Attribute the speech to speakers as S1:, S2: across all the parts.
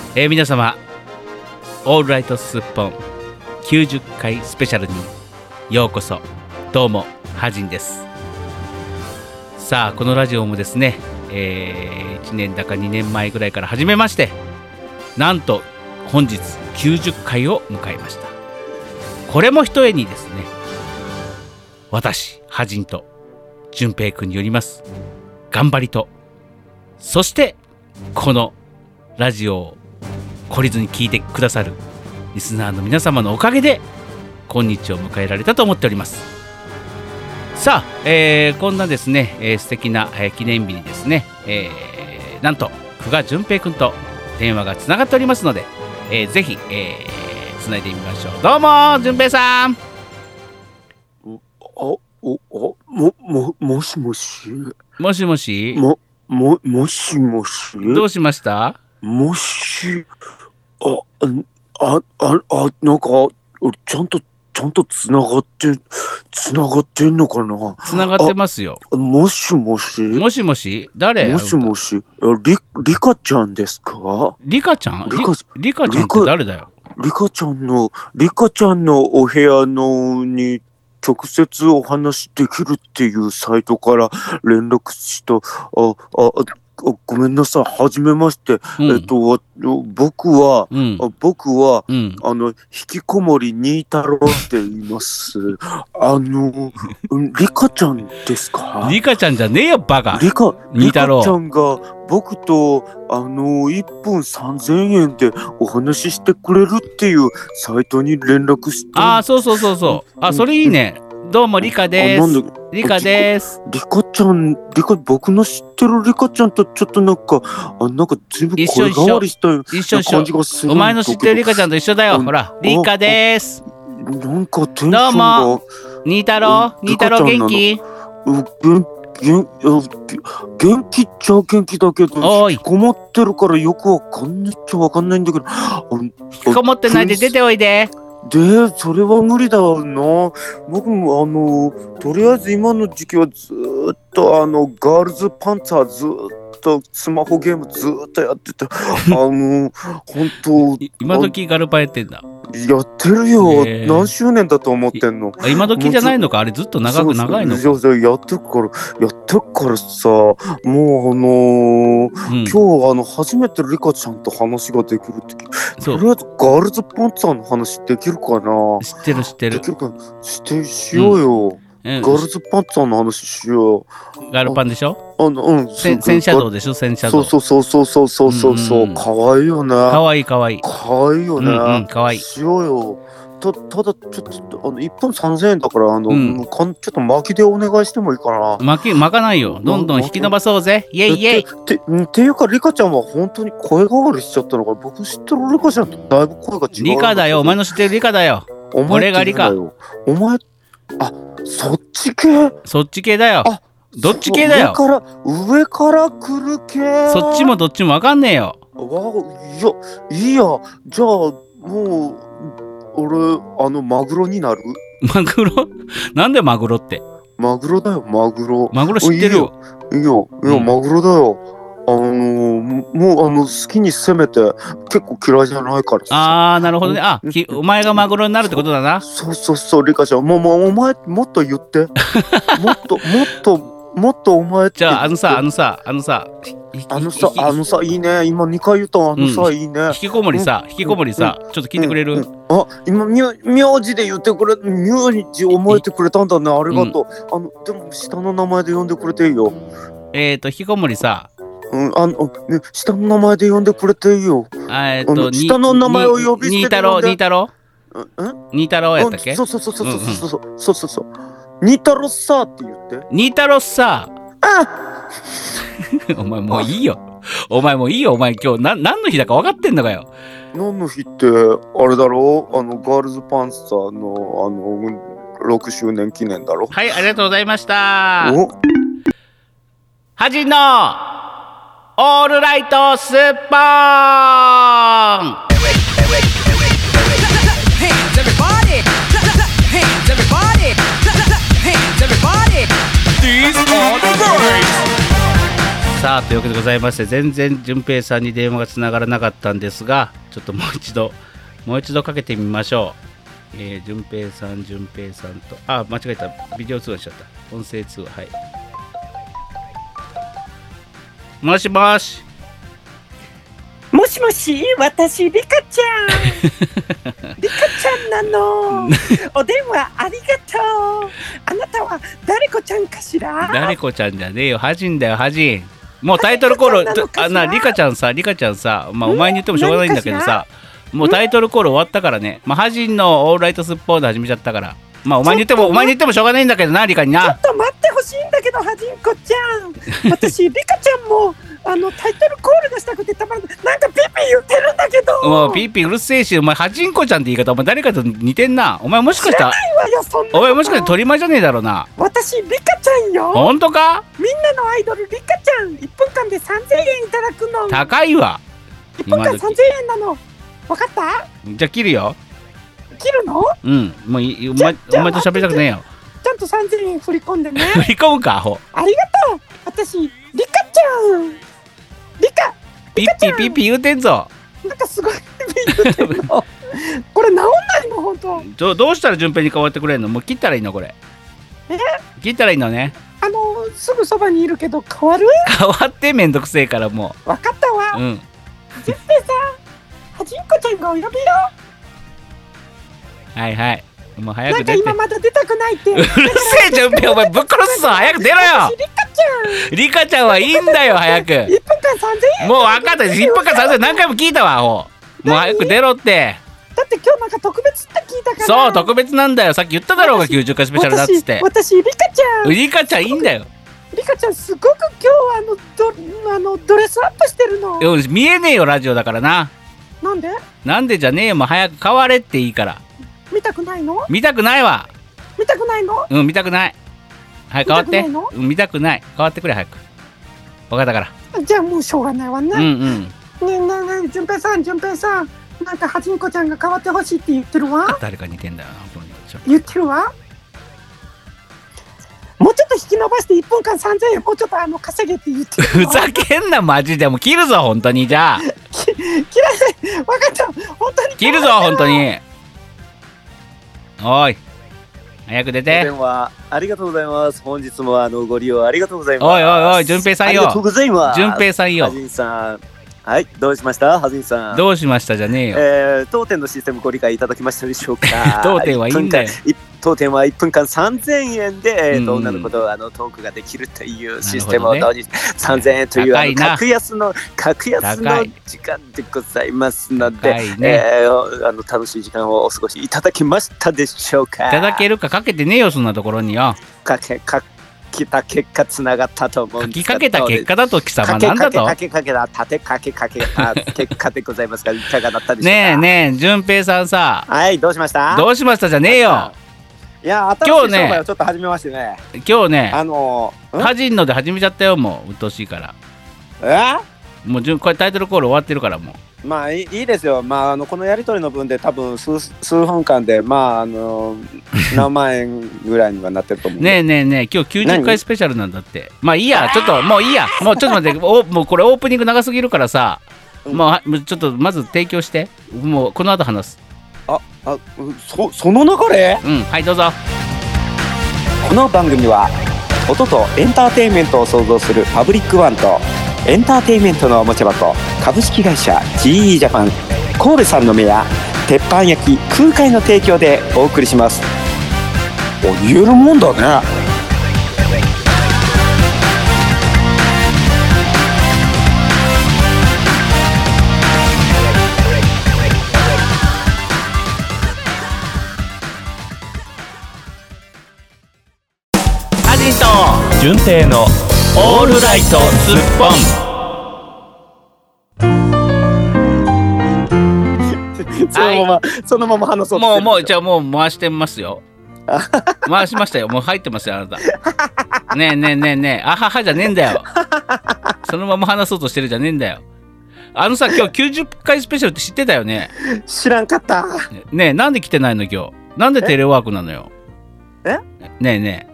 S1: 皆様オールライトスッポン90回スペシャルにようこそ。どうもハジンです。さあこのラジオもですね、1年だか2年前ぐらいから始めまして、なんと本日90回を迎えました。これもひとえにですね、私ハジンと淳平くんによります頑張りと、そしてこのラジオを懲りずに聞いてくださるリスナーの皆様のおかげで今日を迎えられたと思っております。さあ、こんなですね、素敵な、記念日にですね、なんと久我淳平くんと電話がつながっておりますので、ぜひ、つないでみましょう。どうも淳平さん。
S2: もしもし。
S1: もしもし。
S2: もしもし。
S1: どうしました？
S2: もし、なんか、ちゃんとつながってんのかな？
S1: つながってますよ。
S2: もしもし。
S1: もしもし。誰？
S2: もしもし。リカちゃんですか？
S1: リカちゃん？リカちゃんって誰だよ？
S2: リカちゃんのお部屋のに直接お話できるっていうサイトから連絡した。ごめんなさい、はじめまして。僕は、引きこもり新太郎って言います。リカちゃんですか？
S1: リカちゃんじゃねえよバカ。
S2: リカちゃんが僕と1分3000円でお話ししてくれるっていうサイトに連絡した。
S1: あ、そう。それいいね。どうもリカです。リカです。
S2: リカちゃん、僕の知ってるリカちゃんとちょっとなんか随分声変わりした感じがする。
S1: お前の知ってるリカちゃんと一緒だよ。ほら、リカです。
S2: なんかテンションが。
S1: どうも新太郎元気？
S2: 元気っちゃ元気だけど、引きこもってるからよくわかんないっちゃわかんないんだけど。
S1: 引きこもってないで出ておいで。
S2: それは無理だな。僕もとりあえず今の時期はずっとガールズパンツァーずっとスマホゲームずっとやってて本当
S1: 今時ガルパやってんだ。
S2: やってるよ。何周年だと思ってんの？
S1: 今時じゃないのか？あれずっと長いのか？
S2: やってるからさ、もう今日初めてリカちゃんと話ができるって。とりあえずガールズパンツァーの話できるかな？
S1: 知ってる。
S2: できるかな？しようよ。ガールズパンツァーの話しよう。
S1: ガルパンでしょ？戦車道でしょ？戦車道。
S2: そう。かわいいよね。
S1: かわいい
S2: よね。
S1: かわいい。
S2: しようよ。ただちょっと1分3000円だからちょっと巻きでお願いしてもいいかな？巻
S1: かないよ。どんどん引き伸ばそうぜ。イエイイエイ。
S2: っていうかリカちゃんは本当に声変わりしちゃったのか？僕知ってるリカちゃんとだいぶ声が違う。
S1: リカだよ。お前の知ってるリカだよ。俺がリカ。
S2: お前、そっち系？
S1: そっち系だよ。どっち系だよ。
S2: 上から来る系。
S1: そっちもどっちもわかんねえよ。
S2: いや、じゃあもう俺マグロになる？
S1: マグロ？なんでマグロって？
S2: マグロだよ、マグロ。
S1: マグロ知ってるよ。
S2: いいよ、マグロだよ。もう好きに攻めて結構嫌いじゃないからさ。
S1: なるほどね。お前がマグロになるってことだな。
S2: そうリカちゃん、もうお前もっと言ってもっとお前って。
S1: じゃあさ
S2: いいね。今2回言ったいいね。
S1: 引きこもりさ、ちょっと聞いてくれる？
S2: 今名字で言ってくれ、名字覚えてくれたんだね。ありがとう。でも下の名前で呼んでくれていいよ。
S1: 引きこもりさ。
S2: 下の名前で呼んでくれていいよ。下の名前を呼び捨てで呼んで。
S1: 新太郎やったっけ？
S2: そう。新太郎さって言って。
S1: 新太郎さ。お前もういいよ。お前今日何の日だか分かってんのかよ。
S2: 何の日ってあれだろ？ガールズパンツァーの6周年記念だろ。
S1: はい、ありがとうございました。ハジンのオールライトスッポーン。
S3: These are the birds.
S1: さあというわけでございまして、全然順平さんに電話がつながらなかったんですが、ちょっともう一度かけてみましょう。順平さんと間違えた、ビデオ通話しちゃった、音声通話。はい、もしもし。
S3: もしもし、私リカちゃんリカちゃんなのお電話ありがとう。あなたは誰子ちゃんかしら。
S1: 誰子ちゃんじゃねえよ、ハジンだよ、ハジン。もうタイトルコールリカちゃんさ、まあお前に言ってもしょうがないんだけどさ、もうタイトルコール終わったからね。まあハジンのオールライトスッポンで始めちゃったから、まあお前に言ってもしょうがないんだけどな、リカにな。
S3: ちょっと待ってほしいんだけど、ハジンコちゃん私リカちゃんもタイトルコールがしたくてたまらない。なんかピーピー言ってるんだけど。
S1: もうピーピーうるせえし、お前ハジンコちゃんって言い方、お前誰かと似てんな。お前もしかしたらお前もしかして鳥間じゃねえだろうな。
S3: 私リカちゃんよ。
S1: ほんとか。
S3: みんなのアイドルリカちゃん、1分間で3000円いただくの。
S1: 高いわ。
S3: 1分間3000円なの。分かった。
S1: じゃあ切るよ。
S3: 切るの。
S1: うん、もうお前と喋りたくねえよ。
S3: ちゃんと3000円振り込んでね
S1: 振り込むか、アホ。
S3: ありがとう。私リカちゃん、
S1: ピッピーピッピー言うてんぞ。
S3: なんかすごい言うてんのこれ治んないの本当。
S1: どうしたら順平に変わってくれんの。もう切ったらいいのこれ。切ったらいいのね。
S3: すぐそばにいるけど変わる。
S1: 変わってめんどくせえからも
S3: う。分かったわ。
S1: うん。
S3: 順平さん、はじんこちゃんがお呼びよ。
S1: はいはい。もう早く出て。
S3: なんか今まだ出たくないって。う
S1: るせえ順平、お前ぶっ殺すぞ。早く出ろよ。リカちゃんはいいんだよ、早く。
S3: 1分間3000円。
S1: もう分かった。1分間3000円何回も聞いたわ、アホ。もう早く出ろって。
S3: だって今日なんか特別って聞いたから。
S1: そう、特別なんだよ。さっき言っただろうが、90回スペシャルだっつって。
S3: 私リカちゃん。
S1: リカちゃんいいんだよ。
S3: リカちゃんすごく今日ドレスアップしてるの。
S1: 見えねえよ、ラジオだからな。
S3: なんで
S1: じゃねえよ。もう早く変われっていいから。
S3: 見たくないの。
S1: 見たくないわ。
S3: 見たくないの。
S1: うん、見たくない。はい、変わって。見たくない。変わってくれ、早く。分かったから。
S3: じゃあもうしょうがないわね。
S1: ね
S3: え、順平さん、なんかはじんこちゃんが変わってほしいって言ってるわ。
S1: 誰か似てんだよな、
S3: 言ってるわ。もうちょっと引き伸ばして1分間3000円もうちょっと稼げって言ってる。
S1: ふざけんなマジで。もう切るぞ本当に。じゃあ
S3: 切らない。分かった。本当に
S1: 切るぞ本当に。おい早く出て。
S2: お電話ありがとうございます。本日もご利用ありがとうございます。
S1: おい順平さんよ。
S2: ありがとうございます。
S1: 順平さんよ。
S2: はじんさん、はい、どうしましたはじんさん。
S1: どうしましたじゃねえよ。
S2: 当店のシステムご理解いただきましたでしょうか。
S1: 当店はいいんだよ。
S2: 当店は1分間3000円で、女の子とトークができるというシステムを導入、3000円という格安の時間でございますので、楽しい時間をお過ごしいただけましたでしょうか。
S1: いただけるかかけてねえよ、そんなところによ。
S2: かけた結果つながったと思うんですが、
S1: 書きかけた結果だと貴様なんだと。
S2: かけた結果でございますが、いかがだったでしょうか。
S1: ねえ順平さんさ。
S2: はい、どうしました
S1: じゃねえよ。
S2: いや、新しい商売をちょっと始めましてね。
S1: 今日ね、ハジンので始めちゃったよ。もう鬱陶しいから。もうこれタイトルコール終わってるから。もう
S2: まあいいですよ。まあこのやり取りの分で多分数分間で何万円ぐらいにはなってると思う。
S1: ねえ今日90回スペシャルなんだって。まあいいや、ちょっともういいや。もうちょっと待って。もうこれオープニング長すぎるからさ、もうちょっとまず提供して。もうこの後話す。
S2: その流れ。
S1: はいどうぞ。
S2: この番組は音とエンターテインメントを創造するパブリックワンとエンターテインメントのおもちゃ箱株式会社 GE ジャパン神戸三宮や鉄板焼き空海の提供でお送りします。言えるもんだね。
S1: 順平のオールライトスッポン。
S2: そのまま話そう。
S1: もうじゃあもう回してますよ。回しましたよ。もう入ってますよあなた。ねえあははじゃねえんだよ。そのまま話そうとしてるじゃねえんだよ。今日90回スペシャルって知ってたよね。
S2: 知らんかった。
S1: ねえなんで来てないの今日。なんでテレワークなのよ。
S2: ね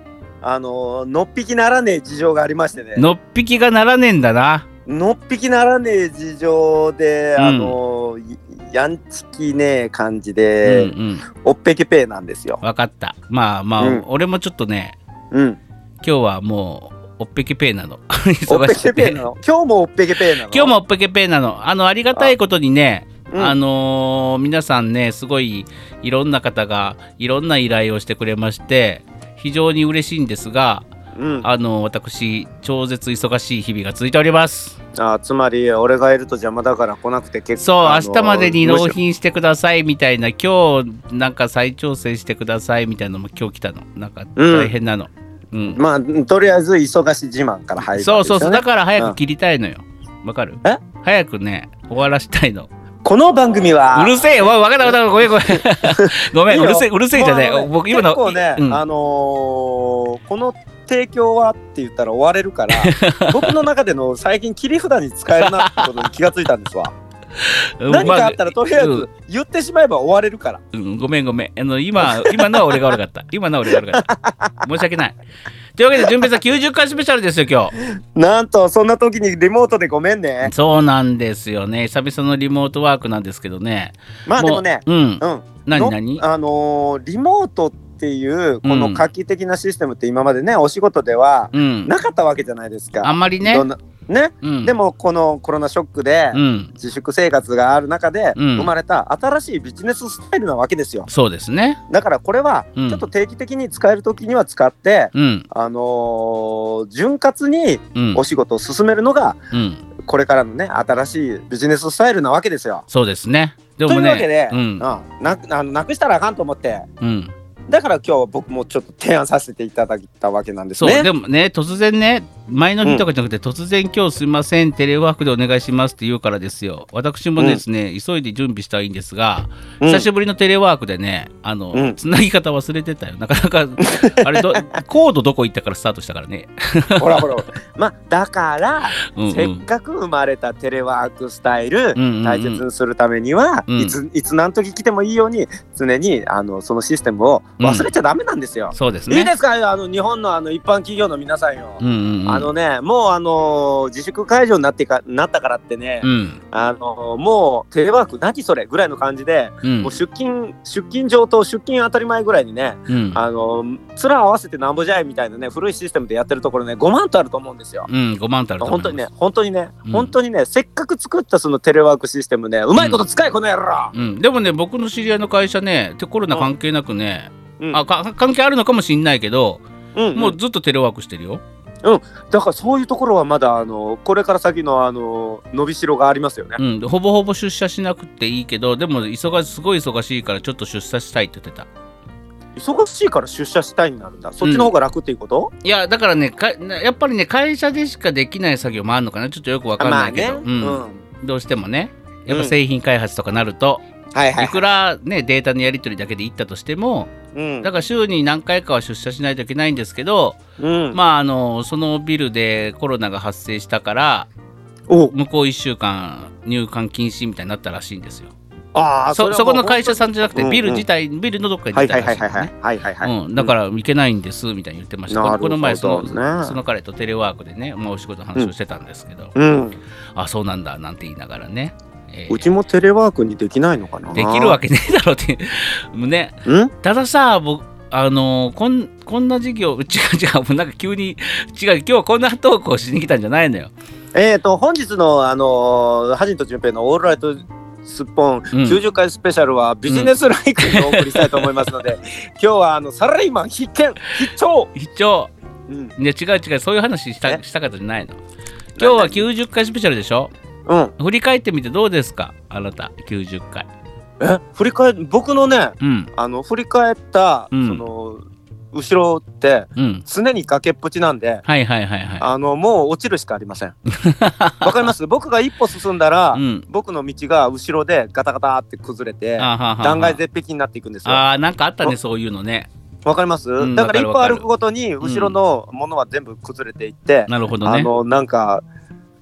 S2: のっぴきならねえ事情がありましてね。
S1: のっぴきがならねえんだな。
S2: のっぴきならねえ事情で、やんちきねえ感じで、おっぺけぺーなんですよ。
S1: わかった。まあ、俺もちょっとね、今日はもうおっぺけぺーなの。
S2: おっぺけぺーなの。今日もおっぺけぺーなの。
S1: 今日もおっぺけぺーなの。ありがたいことにね、皆さんね、すごいいろんな方がいろんな依頼をしてくれまして、非常に嬉しいんですが、私超絶忙しい日々が続いております。
S2: つまり俺がいると邪魔だから来なくて結構、
S1: そう、明日までに納品してくださいみたいな、今日なんか再調整してくださいみたいなのも今日来たの。なんか大変なの。
S2: まあとりあえず忙し自慢から入る、ね、
S1: そうだから早く切りたいのよ。わかる？早くね終わらしたいの。
S2: この番組は
S1: うるせえよ。わかったごめんうるせえじゃねえ。僕今の
S2: 結構ね、この提供はって言ったら終われるから僕の中での最近切り札に使えるなってことに気がついたんですわ。何かあったらとりあえず言ってしまえば終われるから。ごめん。
S1: 今のは俺が悪かった。申し訳ない。というわけで、順平さん90回スペシャルですよ、今日。
S2: なんと、そんな時にリモートでごめんね。
S1: そうなんですよね。久々のリモートワークなんですけどね。
S2: まあでもね、
S1: 何
S2: リモートっていうこの画期的なシステムって今までね、お仕事ではなかったわけじゃないですか。
S1: あんまりね。
S2: でもこのコロナショックで自粛生活がある中で生まれた新しいビジネススタイルなわけですよ。
S1: そうですね。
S2: だからこれはちょっと定期的に使える時には使って、潤滑にお仕事を進めるのがこれからのね新しいビジネススタイルなわけですよ。
S1: そうですね。
S2: でもね、というわけで、なくしたらあかんと思って、だから今日僕もちょっと提案させていただいたわけなんですね。
S1: そうでもね、突然ね、前の日とかじゃなくて、突然今日すいませんテレワークでお願いしますって言うからですよ。私もですね、急いで準備したいんですが、久しぶりのテレワークでね、つなぎ方忘れてたよ。なかなかあれコードどこ行ったからスタートしたからね。
S2: ほらまあだからせっかく生まれたテレワークスタイル大切にするためには、いつ何時来てもいいように常にそのシステムを忘れちゃダメなんですよ。
S1: そうですね。
S2: いいですか、日本の一般企業の皆さんよ。もう自粛解除になったからってね、もうテレワーク何それぐらいの感じで、もう出勤上等出勤当たり前ぐらいにね、面合わせてなんぼじゃいみたいなね古いシステムでやってるところね5万とあると思うんですよ。
S1: 5万とあると思います。
S2: 本当にねせっかく作ったそのテレワークシステムねうまいこと使えこの野郎。
S1: でもね僕の知り合いの会社ねコロナ関係なくね、関係あるのかもしれないけど、もうずっとテレワークしてるよ。
S2: だからそういうところはまだこれから先の伸びしろがありますよね。
S1: ほぼほぼ出社しなくていいけど、でもすごい忙しいからちょっと出社したいって言ってた。
S2: 忙しいから出社したいになるんだ。そっちの方が楽っていうこと？
S1: いやだからねやっぱりね会社でしかできない作業もあるのかな、ちょっとよくわかんないけど、どうしてもねやっぱ製品開発とかなると、いくらねデータのやり取りだけでいったとしても、だから週に何回かは出社しないといけないんですけど、まあそのビルでコロナが発生したから向こう1週間入館禁止みたいになったらしいんですよ。そこの会社さんじゃなくてビルのどっかに出たらしいですね。だから行けないんですみたいに言ってました。この前その彼とテレワークでね、お仕事の話をしてたんですけど、そうなんだなんて言いながらね、
S2: うちもテレワークにできないのかな。
S1: できるわけねえだろってね。たださ僕こんな授業違うなんか急に今日はこんなトークをしに来たんじゃないのよ。
S2: 本日のハジンとジュンペイのオールライトすっぽん90回スペシャルはビジネスライクにお送りしたいと思いますので、今日はサラリーマン必聴。いや違うそういう話したかったじゃないの。今日は90回スペシャルでしょ。振り返ってみてどうですかあなた90回。僕のね、振り返ったその後ろって常に崖っぷちなんで、もう落ちるしかありません。わかります？僕が一歩進んだら、僕の道が後ろでガタガタって崩れて断崖絶壁になっていくんですよ。
S1: なんかあったねそういうのね。
S2: わかります？だから一歩歩くごとに後ろのものは全部崩れていって、
S1: なるほどね。
S2: なんか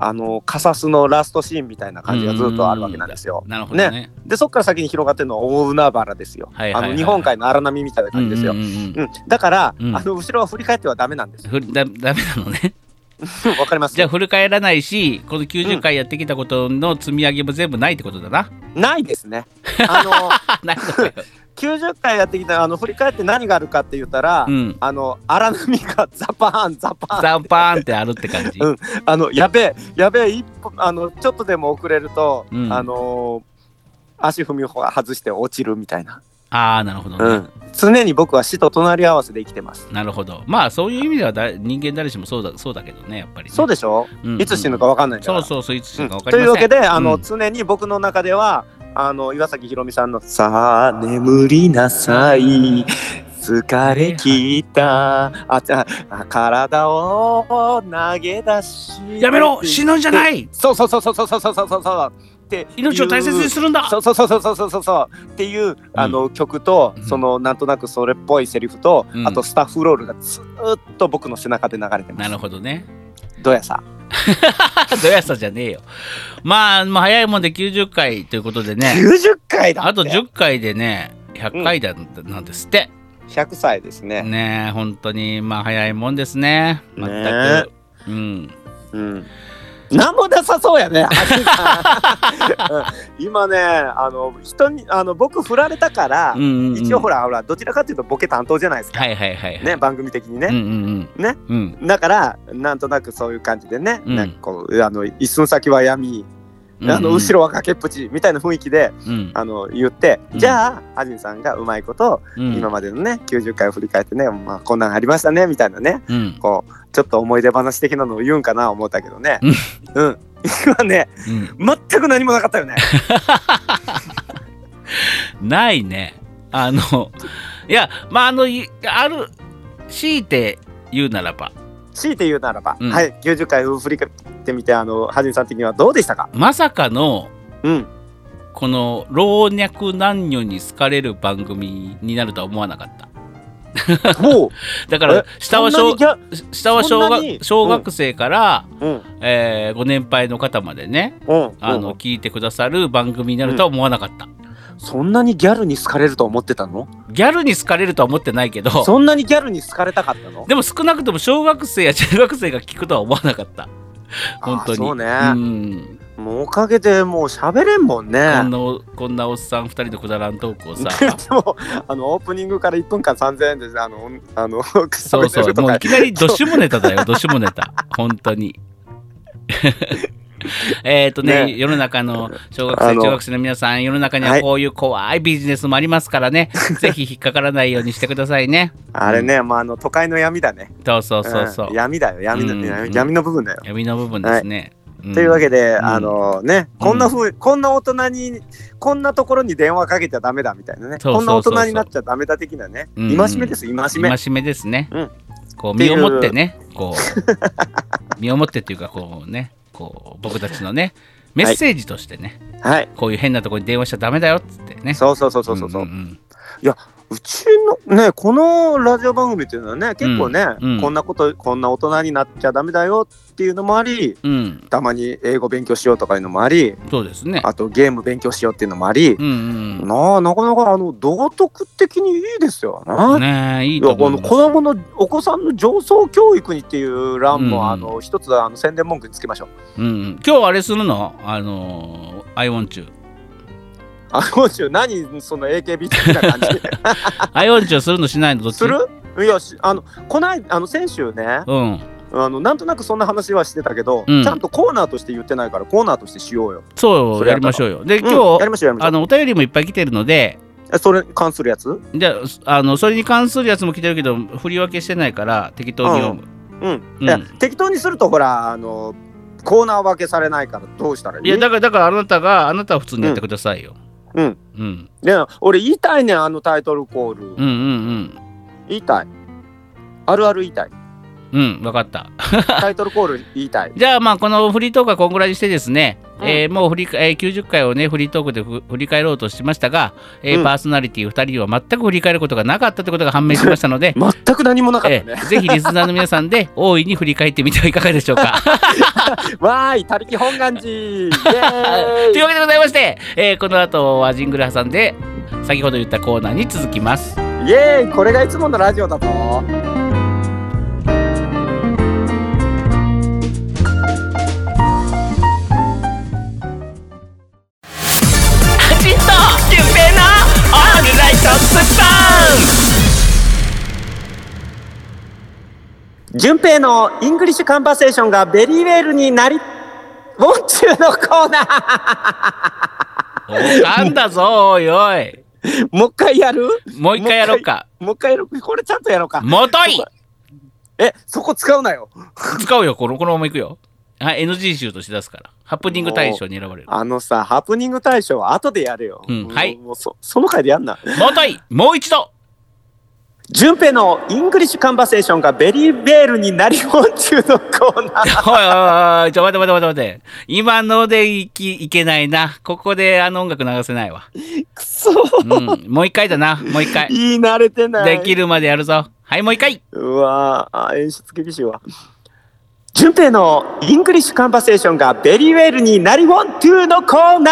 S2: カサスのラストシーンみたいな感じがずっとあるわけなんですよ。
S1: なるほどね。
S2: でそこから先に広がってるのは大海原ですよ。日本海の荒波みたいな感じですよ。だから、後ろは振り返ってはダメなんです。
S1: ダメなのね。
S2: わかります。
S1: じゃあ振り返らないし、この90回やってきたことの積み上げも全部ないってことだな。
S2: ないですね。
S1: ないのかよ。
S2: 90回やってきた振り返って何があるかって言ったら、荒波がザパーン
S1: ってあるって感じ。
S2: やべえ一歩ちょっとでも遅れると、足踏み外して落ちるみたいな。
S1: なるほどね。
S2: 常に僕は死と隣り合わせで生きてます。
S1: なるほど。まあそういう意味では人間誰しもそうだけどね、やっぱり、ね。
S2: そうでしょ、いつ死ぬか分かんないから。
S1: そういつ死ぬか分かりません。と
S2: いうわけで常に僕の中では岩崎宏美さんのさあ眠りなさい疲れ切った体を投げ出し
S1: やめろ死ぬんじゃない。
S2: そう
S1: 命を大切にするんだ。
S2: そうっていう曲となんとなくそれっぽいセリフとあとスタッフロールがずっと僕の背中で流れてます。
S1: なるほどね。
S2: どうやさ
S1: どやさじゃねえよ。まあ早いもんで90回ということでね。
S2: 90回だって。
S1: あと10回でね100回だなんですって。
S2: 100歳ですね。
S1: ねえ本当に早いもんですね。全く。
S2: なんもなさそうやね。今ね人に僕振られたから、一応ほらどちらかというとボケ担当じゃないですか。ね番組的にね。だからなんとなくそういう感じでね、なんかこう一寸先は闇。後ろは崖っぷちみたいな雰囲気で、言って、じゃあハジンさんがうまいこと、今までのね90回を振り返ってね、こんなんありましたねみたいなね、こうちょっと思い出話的なのを言うんかな思ったけどね、今ね、全く何もなかったよね。
S1: ないね。いやある強いて言うならば、
S2: はい、90回を振り返ってみて、ハジンさん的にはどうでしたか？
S1: まさかの、この老若男女に好かれる番組になるとは思わなかった。だから下は小学生から、ご年配の方までね、聞いてくださる番組になるとは思わなかった。
S2: そんなにギャルに好かれると思ってたの？
S1: ギャルに好かれるとは思ってないけど、
S2: そんなにギャルに好かれたかったの？
S1: でも少なくとも小学生や中学生が聞くとは思わなかった。本当に。
S2: そうね。もうおかげでもう喋れんもんね。
S1: こんなおっさん2人でくだらんトークをさ。
S2: でもオープニングから1分間3000円で
S1: そうもういきなりどしもネタだよ。どしもネタ本当に。世の中の小学生中学生の皆さん、世の中にはこういう怖いビジネスもありますからね、ぜひ引っかからないようにしてくださいね。
S2: あれね、都会の闇だね。
S1: そう、
S2: 闇だよ。闇の部分だよ。
S1: 闇の部分ですね。
S2: というわけでこんな大人にこんなところに電話かけちゃダメだみたいなね、こんな大人になっちゃダメだ的なね、戒めです。
S1: 戒めですね。こう身をもってね、こう身をもってっていうかこうね、こう僕たちのねメッセージとしてね、こういう変なところに電話しちゃダメだよっつってね。
S2: そう。いやうちのねこのラジオ番組っていうのはね結構ね、こんな大人になっちゃダメだよっていうのもあり、たまに英語勉強しようとかいうのもあり、
S1: そうですね。
S2: あとゲーム勉強しようっていうのもあり、なかなか道徳的にいいですよな。
S1: ね、いいと思います。
S2: お子さんの上層教育にっていう欄も一つ宣伝文句につけましょう。
S1: 今日あれするのI want you。
S2: 何その AKB 的な感じ。
S1: I want youするのしないの？どっち？
S2: する？いや先週ね、なんとなくそんな話はしてたけど、ちゃんとコーナーとして言ってないからコーナーとしてしようよ。
S1: そうやりましょうよ。で今日やりましょうお便りもいっぱい来てるので、
S2: それに関するやつ？
S1: じゃあそれに関するやつも来てるけど振り分けしてないから適当に読む。
S2: 適当にするとほらコーナー分けされないからどうしたらいい？
S1: いやだからあなたは普通にやってくださいよ。
S2: 俺言いたいねタイトルコール。言いたい。あるある言いたい。
S1: うん分かった
S2: タイトルコール言いたい。
S1: じゃあまあこのフリートークはこんぐらいにしてですね、もう90回をねフリートークで振り返ろうとしましたが、パーソナリティ2人は全く振り返ることがなかったということが判明しましたので
S2: 全く何もなかったね。
S1: ぜひリスナーの皆さんで大いに振り返ってみてはいかがでしょうか
S2: わーい、他力本願寺イエーイ
S1: というわけでございまして、この後はジングル挟んで先ほど言ったコーナーに続きます。
S2: イエーイ、これがいつものラジオだぞ。順平のイングリッシュカンバセーションがベリーウェルになりウォンチューのコーナー。
S1: おかんだぞおいおい。
S2: もう一回やる？
S1: もう一回やろうか。
S2: もう一回やろう。これちゃんとやろうか。
S1: もとい。
S2: そこ使うなよ。
S1: 使うよ。このままいくよ。はい、NG 集として出すから。ハプニング大賞に選ばれる。
S2: さ、ハプニング大賞は後でやれよ。
S1: はい。
S2: もうその回でやんな。
S1: もとい。もう一度。
S2: 順平のイングリッシュカンバセーションがベリーベールになりもん中のコーナー。
S1: おい、待て。今のでいけないな。ここであの音楽流せないわ。
S2: くそ、
S1: もう一回だな。もう一回。
S2: 言い慣れてない。
S1: できるまでやるぞ。はい、もう一回。
S2: うわぁ、演出厳しいわ。順平のイングリッシュカンバセーションがベリーウェルになりもん中のコーナ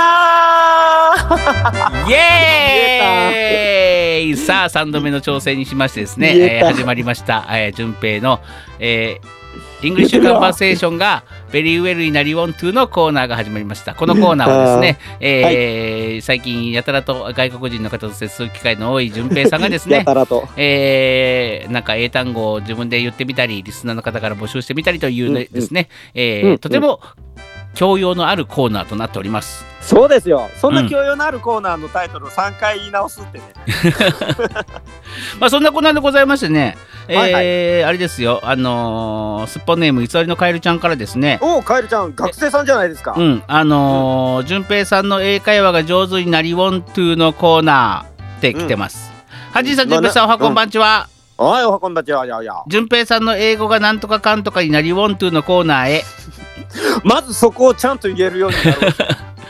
S2: ー
S1: イエーイさあ3度目の挑戦にしましてですね、始まりました、順平の、イングリッシュカンバセーションがベリーウェルになりウォントゥのコーナーが始まりました。このコーナーはですね、最近やたらと外国人の方と接する機会の多い順平さんがですね
S2: やたらと、
S1: なんか英単語を自分で言ってみたりリスナーの方から募集してみたりというですね、とても教養のあるコーナーとなっております。
S2: そうですよ。そんな教養のあるコーナーのタイトルを3回言い直すってね。
S1: まあそんなコーナーでございましてね、
S2: あ
S1: れですよ、すっぽんネーム偽りのカエルちゃんからですね。
S2: カエルちゃん学生さんじゃないですか。
S1: 順平さんの英会話が上手になりウォントゥのコーナーって来てます。はじいさん、順平さん、おはこんばんちは。
S2: はい、おはこんばんちは。
S1: 順平さんの英語がなんとかかんとかになりウォントゥのコーナーへ。
S2: まずそこをちゃんと言えるようになろう。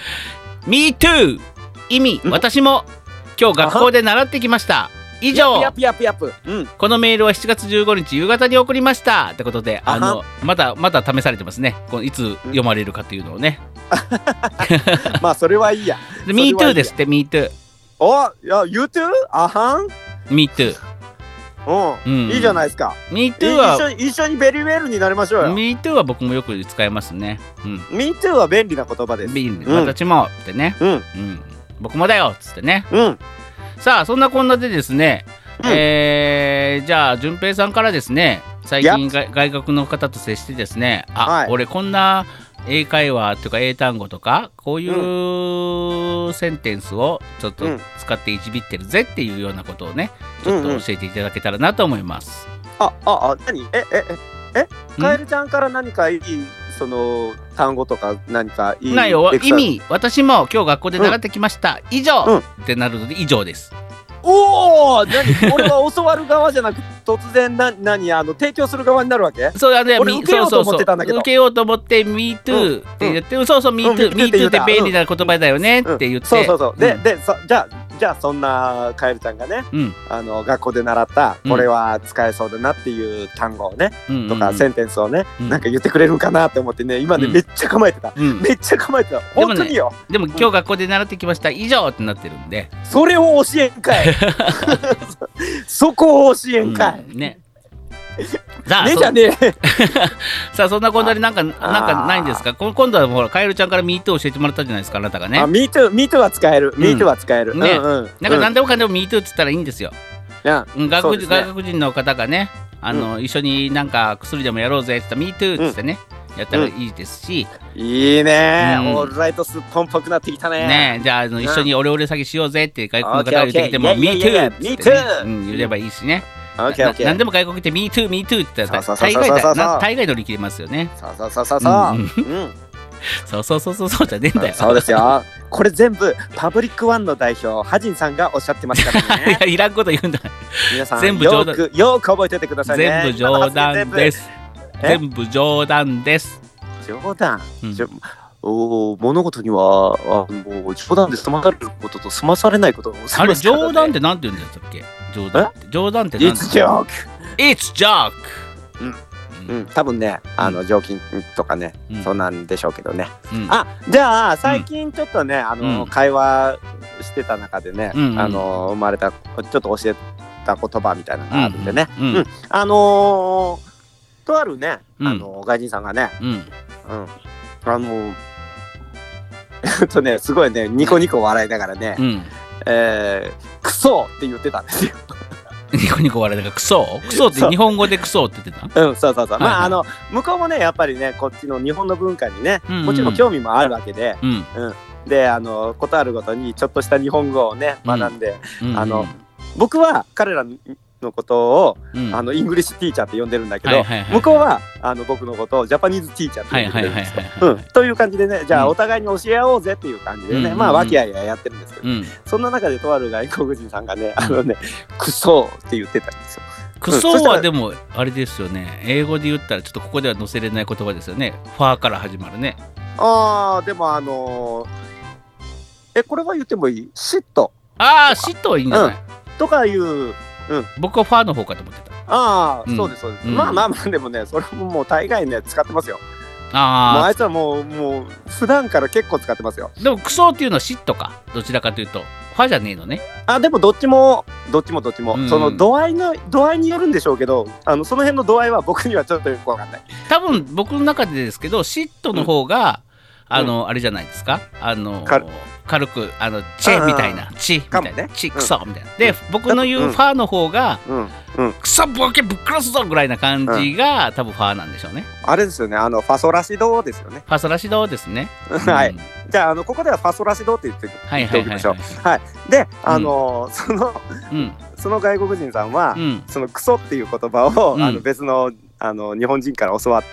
S1: Me too 意味、私も今日学校で習ってきました。以上。
S2: ヤプ、
S1: このメールは7月15日夕方に送りましたってことで、まだ試されてますね。いつ読まれるかというのをね。
S2: まあそれはいいや。
S1: Me too ですって。Me too。
S2: You too？
S1: Me too。
S2: いいじゃないですか。
S1: Me too は
S2: 一緒にベリーウェルになりましょうよ。
S1: Me too は僕もよく使いますね。
S2: Me too は便利な言葉です。
S1: 私もってね。僕もだよっつってね。さあそんなこんなでですね、じゃあ順平さんからですね、最近外国の方と接してですね、俺こんな英会話とか英単語とかこういうセンテンスをちょっと使っていじびってるぜっていうようなことをね、ちょっと教えていただけたらなと思います。
S2: 何？カエルちゃんから何かいいその単語とか何かいい
S1: ないよ。意味、私も今日学校で習ってきました。以上ってなるので以上です。
S2: おお、俺は教わる側じゃなく突然提供する側になるわけ？
S1: そうだね。
S2: 俺受けようと思ってたんだけど。
S1: 受けようと思って Me too って言って、そうそう Me too って便利な言葉だよねって言って、
S2: そうでじゃあそんなカエルちゃんがね、学校で習ったこれは使えそうだなっていう単語をね、とかセンテンスをね、なんか言ってくれるかなって思ってね、今ねめっちゃ構えてた。本当によ。
S1: でも今日学校で習ってきました以上ってなってるんで、
S2: それを教えんかい。そこを教えんかい。
S1: ね。
S2: さ
S1: あそんなこんなになんかないんですか？今度はほらカエルちゃんから Me too 教えてもらったじゃないですか、あなたがね。
S2: Me too は使える。Me too は使える。
S1: ね。なんか何でもかんでも Me too っつったらいいんですよ。外国人の方がね、一緒になんか薬でもやろうぜって言ったら Me too っつってね、やったらいいですし。
S2: いいね。オールライトすっぽんぽくなってきたね。
S1: ね、じゃあ一緒にオレオレ詐欺しようぜって外国の方が言ってきても Me too って言えばいいしね。何でも外国って Me too って言ったら大概乗り切れますよね。
S2: そうじゃねえんだよ。
S1: そうじゃねえんだよ。
S3: これ全部パブリックワンの代表ハジンさんがおっしゃってますからね。
S1: いやいらんこと言うんだ。
S3: 皆さん
S1: 全部冗談
S3: よく覚えておいてくださいね。
S1: 全部冗談です。全部冗談です。
S3: 冗談、
S2: 物事にはもう冗談で済まされることと済まされないことがござ
S1: あれ
S2: いますからね。
S1: 冗談ってなんて言うんだったっけ？冗談ってなんて
S3: It's joke
S1: It's joke
S3: 多分ね常勤とかね、そうなんでしょうけどね、じゃあ最近ちょっとね会話してた中でね、生まれたちょっと教えた言葉みたいなのがあるんでね、とあるね外人さんがね、すごいねニコニコ笑いながらね、クソって言ってたんですよ。
S1: ニコニコ笑いながらクソって日本語でクソって言ってた？
S3: そう。まあ向こうもねやっぱりねこっちの日本の文化にね、もちろん興味もあるわけで、でことあるごとにちょっとした日本語をね学んで、僕は彼らのことを、イングリッシュティーチャーって呼んでるんだけど、向こうは僕のことをジャパニーズティーチャーって呼んでるんですよ。という感じでね、じゃあお互いに教え合おうぜっていう感じでね、まあ和気あいあいやってるんですけど、そんな中でとある外国人さんがね、クソって言ってたんですよ。
S1: クソはでもあれですよね、英語で言ったらちょっとここでは載せれない言葉ですよね。ファーから始まるね。
S3: でもこれは言ってもいい？シット。
S1: シットはいいんじゃない？
S3: とかいう。
S1: 僕はファーの方かと思ってた。
S3: そうです。まあでもねそれももう大概ね使ってますよ。あいつはもう普段から結構使ってますよ。
S1: でもクソっていうのはシットか、どちらかというとファじゃねえのね。
S3: でもどっちもその度合いによるんでしょうけど、その辺の度合いは僕にはちょっとよくわかんない。
S1: 多分僕の中でですけど、シットの方が、あれじゃないですか、軽くチェみたいな、チみたいな、チクソみたいな。で僕の言うファーの方がクソボケぶっ殺すぞぐらいな感じが多分ファーなんでしょうね。あ
S3: れですよね、ファソラシドですよね。
S1: ファソラシドですね。
S3: はい。じゃあここではファソラシドって言っておきましょう。はい。でその外国人さんはそのクソっていう言葉を別の日本人から教わって、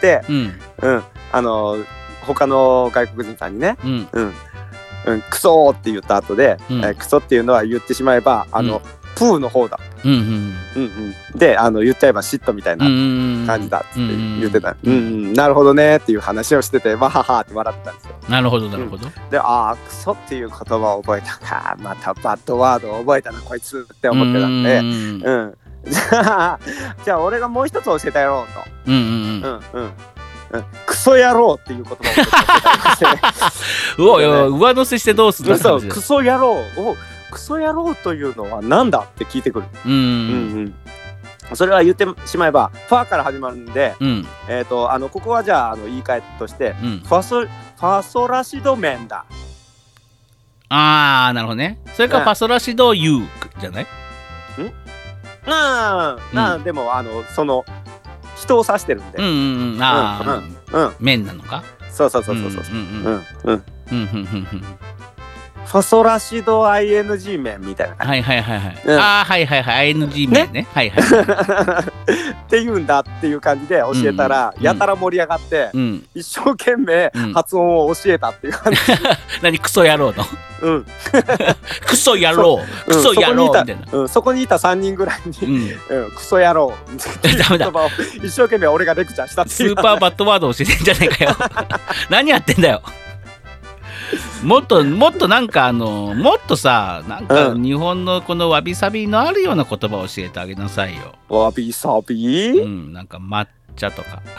S3: 他の外国人さんにね、クソって言った後で、クソっていうのは言ってしまえばプーの方だ、で言っちゃえばシットみたいな感じだって言ってた。なるほどねっていう話をしてて、わははって笑ってたんですよ。
S1: なるほど。で
S3: クソっていう言葉を覚えたか、またバッドワードを覚えたなこいつって思ってたんで、じゃあ俺がもう一つ教えてやろうと。クソ野郎っていう言葉を教えてまして
S1: 上乗せしてどうするんだ。
S3: クソ野郎クソ野郎というのはなんだって聞いてくる。それは言ってしまえばファーから始まるんで、ここはじゃあ言い換えとして、ファソラシド麺だ。
S1: なるほどね。それからファソラシドユーじゃない？
S3: でもその人を指してるんで。
S1: 麺なのか？
S3: そう。ファソラシド ING 麺みたいな。
S1: ING 麺ね。
S3: って言うんだっていう感じで教えたら、やたら盛り上がって、一生懸命発音を教えたっていう感じ。
S1: 何クソ野郎の？クソ野郎みたいな。
S3: そこにいた3人ぐらいにクソ野郎っていう言葉を一生懸命俺がレクチャーしたっていう。
S1: スーパーバッドワード教えてんじゃねえかよ。何やってんだよ。もっとなんかもっとさ、なんか日本のこのわびさびのあるような言葉を教えてあげなさいよ。
S3: わびさび？
S1: なんか抹茶とか。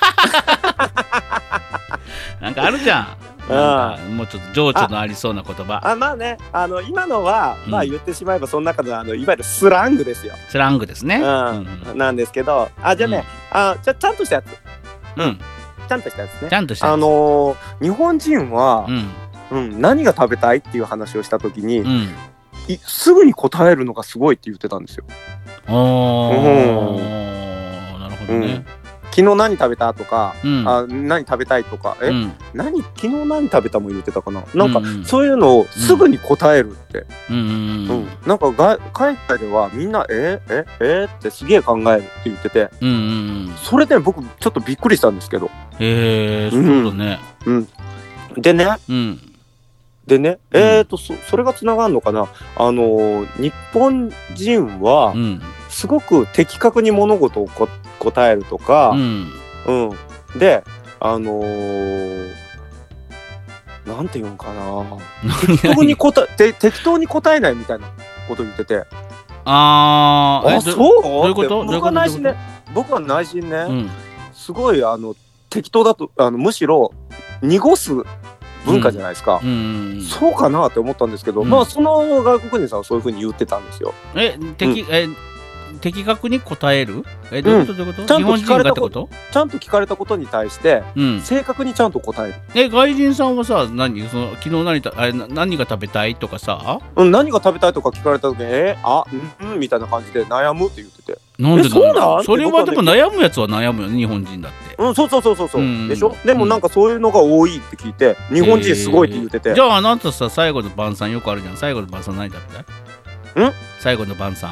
S1: なんかあるじゃん。なんかもうちょっと情緒のありそうな言葉。
S3: まあね、今のは言ってしまえばその中のいわゆるスラングですよ。
S1: スラングですね。
S3: なんですけど、じゃあね、ちゃんとしたやつ。ちゃんとしたやつね。
S1: ちゃんとしたやつ。
S3: 日本人は、何が食べたいっていう話をしたときに、すぐに答えるのがすごいって言ってたんですよ。
S1: なるほどね。
S3: 昨日何食べたとか、何食べたいとか、昨日何食べたも言ってたかな。なんかそういうのをすぐに答えるって。なんか海外ではみんなってすげえ考えるって言ってて、それで僕ちょっとびっくりしたんですけど。
S1: そうだね。
S3: でね、
S2: でね、それがつながるのかな。日本人はすごく的確に物事を答えるとか、でなんて言うんかな、適当に答えないみたいなこと言ってて、そう
S1: どういうこと？
S2: 僕は内心ね、すごい適当だとむしろ濁す文化じゃないですか、そうかなって思ったんですけど、まあその外国人さんはそういう風に言ってたんですよ。
S1: 的確に答える？どういうこと？日本人がってこと？
S2: ちゃんと聞かれたことに対して、正確にちゃんと答える。
S1: 外人さんはさ、昨日何が食べたいとかさ、
S2: 何が食べたいとか聞かれた時にみたいな感じで悩むって言ってて。
S1: なんでそうなん？それはでも悩むやつは悩むよね、日本人だって。
S2: そうでしょ。でもなんかそういうのが多いって聞いて、日本人すごいって言ってて。
S1: じゃああなたさ、最後の晩餐よくあるじゃん。最後の晩餐何食べたい？最後の晩餐。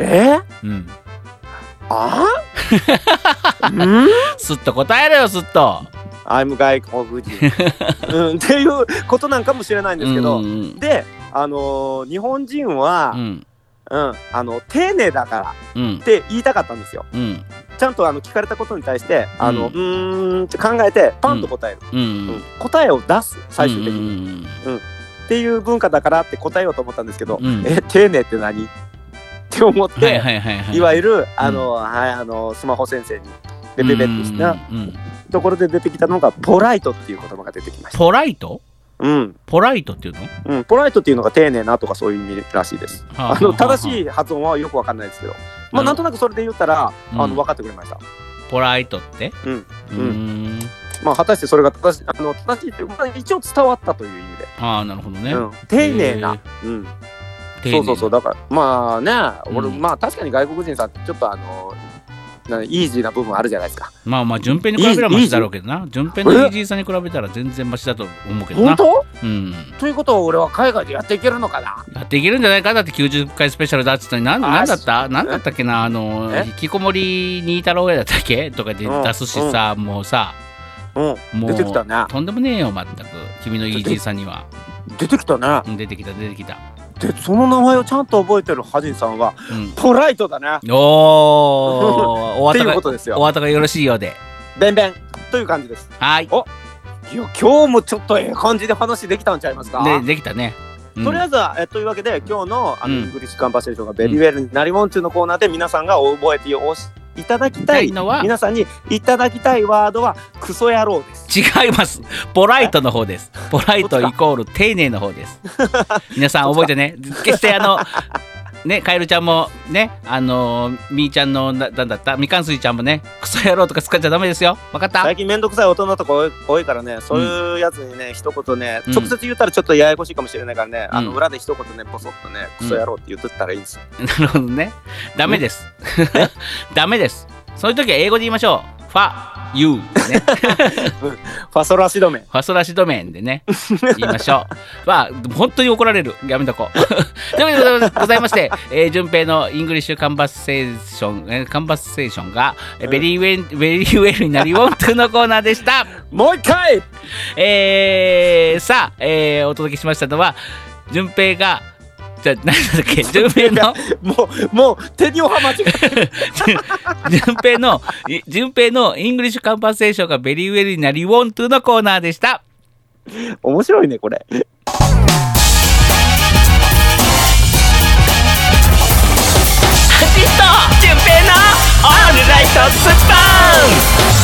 S1: すっと答えろよ、すっと。
S2: I'm 外国人っていうことなんかもしれないんですけど、で日本人は丁寧だからって言いたかったんですよ。ちゃんと聞かれたことに対してって考えてパンと答える、答えを出す、最終的にっていう文化だからって答えようと思ったんですけど、丁寧って何って思って、いわゆるスマホ先生にベベベッとしたところで出てきたのがポライトっていう言葉が出てきました。
S1: ポライト？ポライトっていう
S2: の？ポライトっていうのが丁寧なとかそういう意味らしいです。正しい発音はよくわかんないですけど、まあなんとなくそれで言ったら分かってくれました。
S1: ポライトって？
S2: まあ果たしてそれが正しいっていう一応伝わったという意味で。
S1: なるほどね。
S2: 丁寧な。そうだからまあね、俺まあ確かに外国人さんってちょっとイージーな部分あるじゃないですか。
S1: まあ順平に比べたらマシだろうけどな。順平のイージーさに比べたら全然マシだと思うけどな。
S2: 本当？ということは俺は海外でやっていけるのかな？
S1: やっていけるんじゃないか。だって90回スペシャルだっつったのに何だったっけな、引きこもりにいたろうやだったっけとかで出すしさ、もうさ、もう
S2: 出てきたね。
S1: とんでもねえよ、まったく君のイージーさには。
S2: 出てきたね。
S1: 出てきた。
S2: でその名前をちゃんと覚えてるハジンさんは、ポライトだね。
S1: お
S2: っていうことですよ。
S1: お後がよろしいようで。
S2: ベンベンという感じです。
S1: はい。
S2: いや今日もちょっと感じで話できたんちゃいますか？
S1: できたね。
S2: とりあえずはというわけで今日のイングリッシュカンバセーションがベリーウェルになりもん中のコーナーで皆さんが覚えていただきたい皆さんにいただきたいワードはクソ野郎です。
S1: 違います。ポライトの方です。ポライトイコール丁寧の方です。皆さん覚えてね。決してね、カエルちゃんもね、みーちゃんのなんだったみかんすいちゃんもね、クソ野郎とか使っちゃダメですよ。分かった？
S2: 最近めんどくさい大人とか多いからね、そういうやつにね、一言ね、直接言ったらちょっとややこしいかもしれないからね、裏で一言ね、ポソッとね、クソ野郎って言ってったらいいんですよ。
S1: なるほどね。ダメです。ダメです。そういう時は英語で言いましょう。ファ、ユーね。
S2: ファソラシドメン。
S1: ファソラシドメンでね、言いましょう。本当に怒られる。やめとこう。ということでございまして、順平のイングリッシュカンバセーションが、ベリーウェルになりウォントゥのコーナーでした。
S2: もう一回
S1: さあ、お届けしましたのは、順平が、じゃあ何だっけ、順平の
S2: もう手におは間違ってる。
S1: 順平のイングリッシュカンバセーションがベリーウェルになりウォントゥのコーナーでした。
S2: 面白いねこれ。
S1: ハジと順平のオールライトスッポン。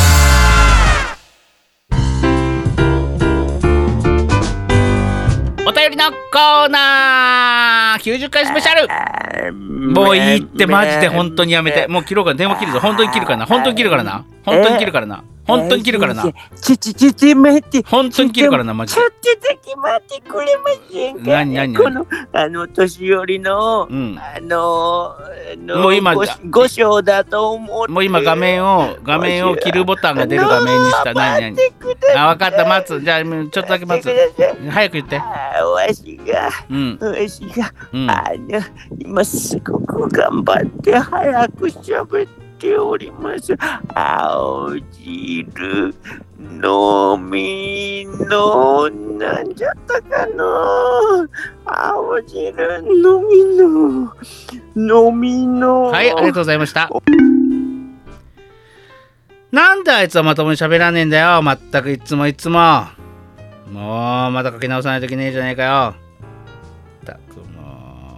S1: お便りのコーナー90回スペシャル。もういいってマジで本当にやめて。もう切ろうから、電話切るぞ。本当に切るからな。本当に切るからな。本当に切るからな。本当に切るからな。
S2: 待って。
S1: 本当に切るからな、マジで。
S2: ちょっとだけ待ってくれませんか？
S1: 何
S2: この年寄りの
S1: もう今
S2: 5章だと思って。
S1: もう今画面を切るボタンが出る画面にした。何分かった、待つ。じゃあちょっとだけ待つ。早く言って。
S2: わしが今すごく頑張って早く喋っております。青汁飲みのなんじゃったかの。青汁飲みの。
S1: はい、ありがとうございました。なんであいつはまともに喋らねえんだよ。まったくいつも。もうまた書き直さないといけねえじゃねえかよ。ったくも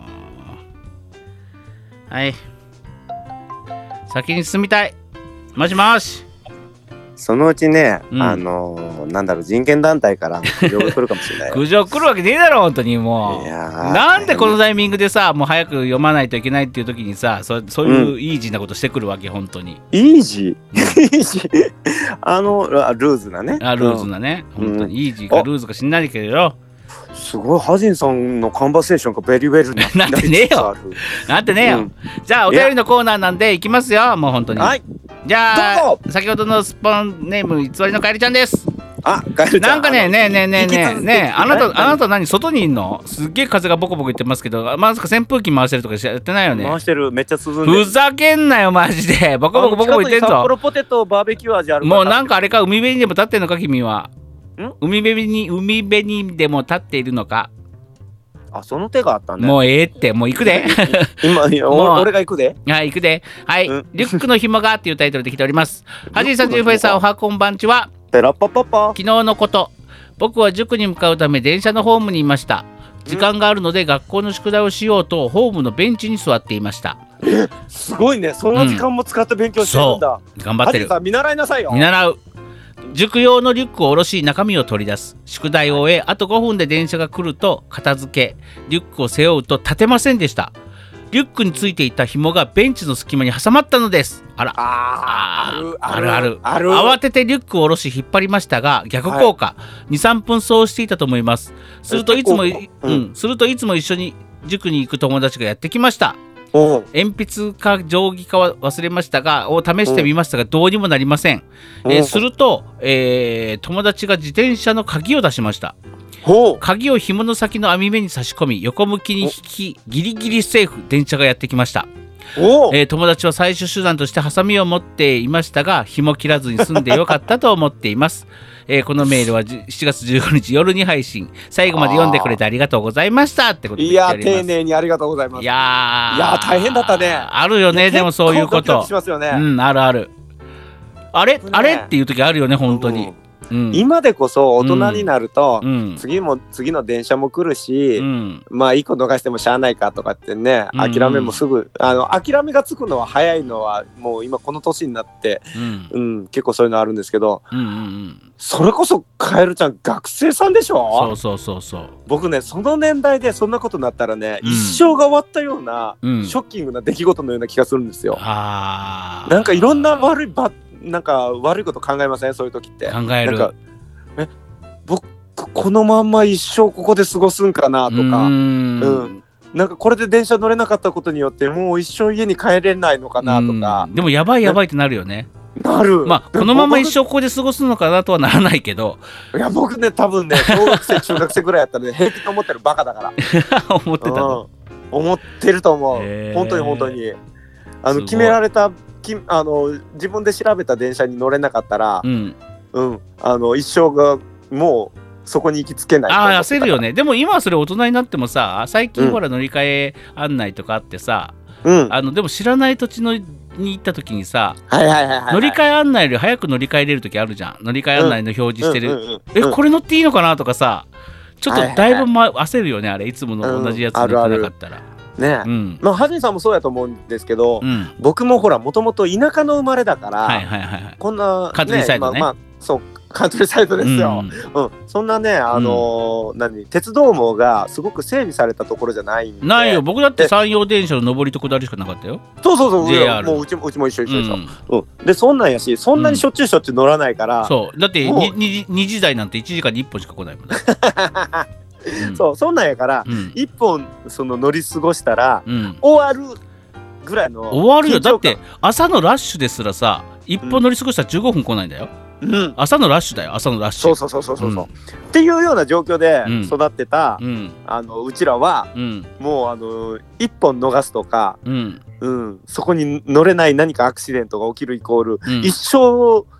S1: う。はい。先に進みたい。もしもし。
S2: そのうちね、
S1: うん
S2: なんだろう、人権団体から苦情が来るかもしれないよ。
S1: 苦情来るわけねえだろ、本当にもう。
S2: いやー
S1: なんでこのタイミングでさ、もう早く読まないといけないっていう時にさ、そういうイージーなことしてくるわけ、本当に。
S2: イージールーズなね。
S1: ルーズなね、本当にイージーかルーズか知んないけどよ。
S2: すごい、ハジンさんのカンバセーションがベリーウェル
S1: なってねえよ。なんてねえよ。じゃあお便りのコーナーなんでいきますよ、もう本当に。
S2: はい。
S1: じゃあ
S2: どうぞ。
S1: 先ほどのスポンネーム偽りのカエルちゃんです。
S2: あ、カエルちゃん。
S1: なんかねあなた何外にいんの？すっげえ風がボコボコ言ってますけど、まさか扇風機回してるとかやってないよね。
S2: 回してる、めっちゃ涼んでる。
S1: ふざけんなよマジで。ボコボコ言ってんぞ。
S2: 札幌ポテトバーベキュー味あるから。
S1: もうなんかあれか、海辺にでも立ってんのか君は。海辺にでも立っているのか。
S2: あ、その手があったね。
S1: もうええって、もう行くで。
S2: 俺が行くで。
S1: はい、行くで。はい、リュックの紐がっていうタイトルで来ております。はじいさん、じゅうふえさん、おはこんばんちは。
S2: ペラッパッパッパ。
S1: 昨日のこと、僕は塾に向かうため電車のホームにいました。時間があるので学校の宿題をしようとホームのベンチに座っていました。
S2: すごいね、その時間も使って勉強してるんだ。
S1: そう、頑張ってる。
S2: はじいさん、見習いなさいよ。
S1: 見習う。塾用のリュックを下ろし中身を取り出す。宿題を終え、あと5分で電車が来ると片付け、リュックを背負うと立てませんでした。リュックについていた紐がベンチの隙間に挟まったのです。あら、ある。慌ててリュックを下ろし引っ張りましたが逆効果、2、3分そうしていたと思います。するといつも一緒に塾に行く友達がやってきました。鉛筆か定規かは忘れましたがを試してみましたがどうにもなりません。すると、友達が自転車の鍵を出しました。鍵を紐の先の網目に差し込み横向きに引きギリギリセーフ。電車がやってきました。友達は最終手段としてハサミを持っていましたが紐切らずに済んでよかったと思っています。このメールは7月15日夜に配信。最後まで読んでくれてありがとうございましたってことで。
S2: いや丁寧にありがとうございます。いや大変だったね。
S1: あるよね。でもそういうこと。
S2: しますよね。
S1: あるある。あれっていう時あるよね本当に。
S2: 今でこそ大人になると、次の電車も来るし、まあ一個逃してもしゃあないかとかってね、諦めもすぐ諦めがつくのは早いのはもう今この年になって、結構そういうのあるんですけど、それこそカエルちゃん学生さんでしょ。
S1: そう
S2: 僕ねその年代でそんなことになったらね、一生が終わったような、ショッキングな出来事のような気がするんですよ。なんかいろんななんか悪いこと考えません？そういう時って
S1: 考える。
S2: なんか僕このまんま一生ここで過ごすんかなとか、なんかこれで電車乗れなかったことによってもう一生家に帰れないのかなとか。
S1: でもやばいってなるよね。
S2: なる。
S1: まあこのまま一生ここで過ごすのかなとはならないけど、い
S2: や僕ね多分ね小学生中学生ぐらいやったらね平気と思ってるバカだから
S1: 思ってたの、
S2: 思ってると思う。本当に決められた自分で調べた電車に乗れなかったら、一生がもうそこに行きつけない。
S1: 焦るよね。でも今はそれ大人になってもさ、最近ほら乗り換え案内とかあってさ、でも知らない土地に行った時にさ、乗り換え案内より早く乗り換えれる時あるじゃん。乗り換え案内の表示してる、これ乗っていいのかなとかさ、ちょっとだいぶ焦るよね。あれいつもの同じやつ乗ってなかったら。
S2: ね、まあハジンさんもそうやと思うんですけど、僕もほらもともと田舎の生まれだから、こんな
S1: カントリーサイドね、
S2: そうカントリーサイドですよ。そんなね鉄道網がすごく整備されたところじゃないんで。
S1: ないよ。僕だって山陽電車の上りと下りしかなかったよ。
S2: そうもううちも一緒でしょ。でそんなんやし、そんなにしょっちゅう乗らないから。
S1: そうだって2時台なんて1時間に1本しか来ないもんね。
S2: そんなんやから、1本乗り過ごしたら、終わるぐらいの。
S1: 終わるよ。だって朝のラッシュですらさ、1本乗り過ごしたら15分来ないんだよ。朝のラッシュだよ。朝のラッシュ。
S2: そうっていうような状況で育ってたうちらは、もう1本逃すとか、そこに乗れない何かアクシデントが起きるイコール、一生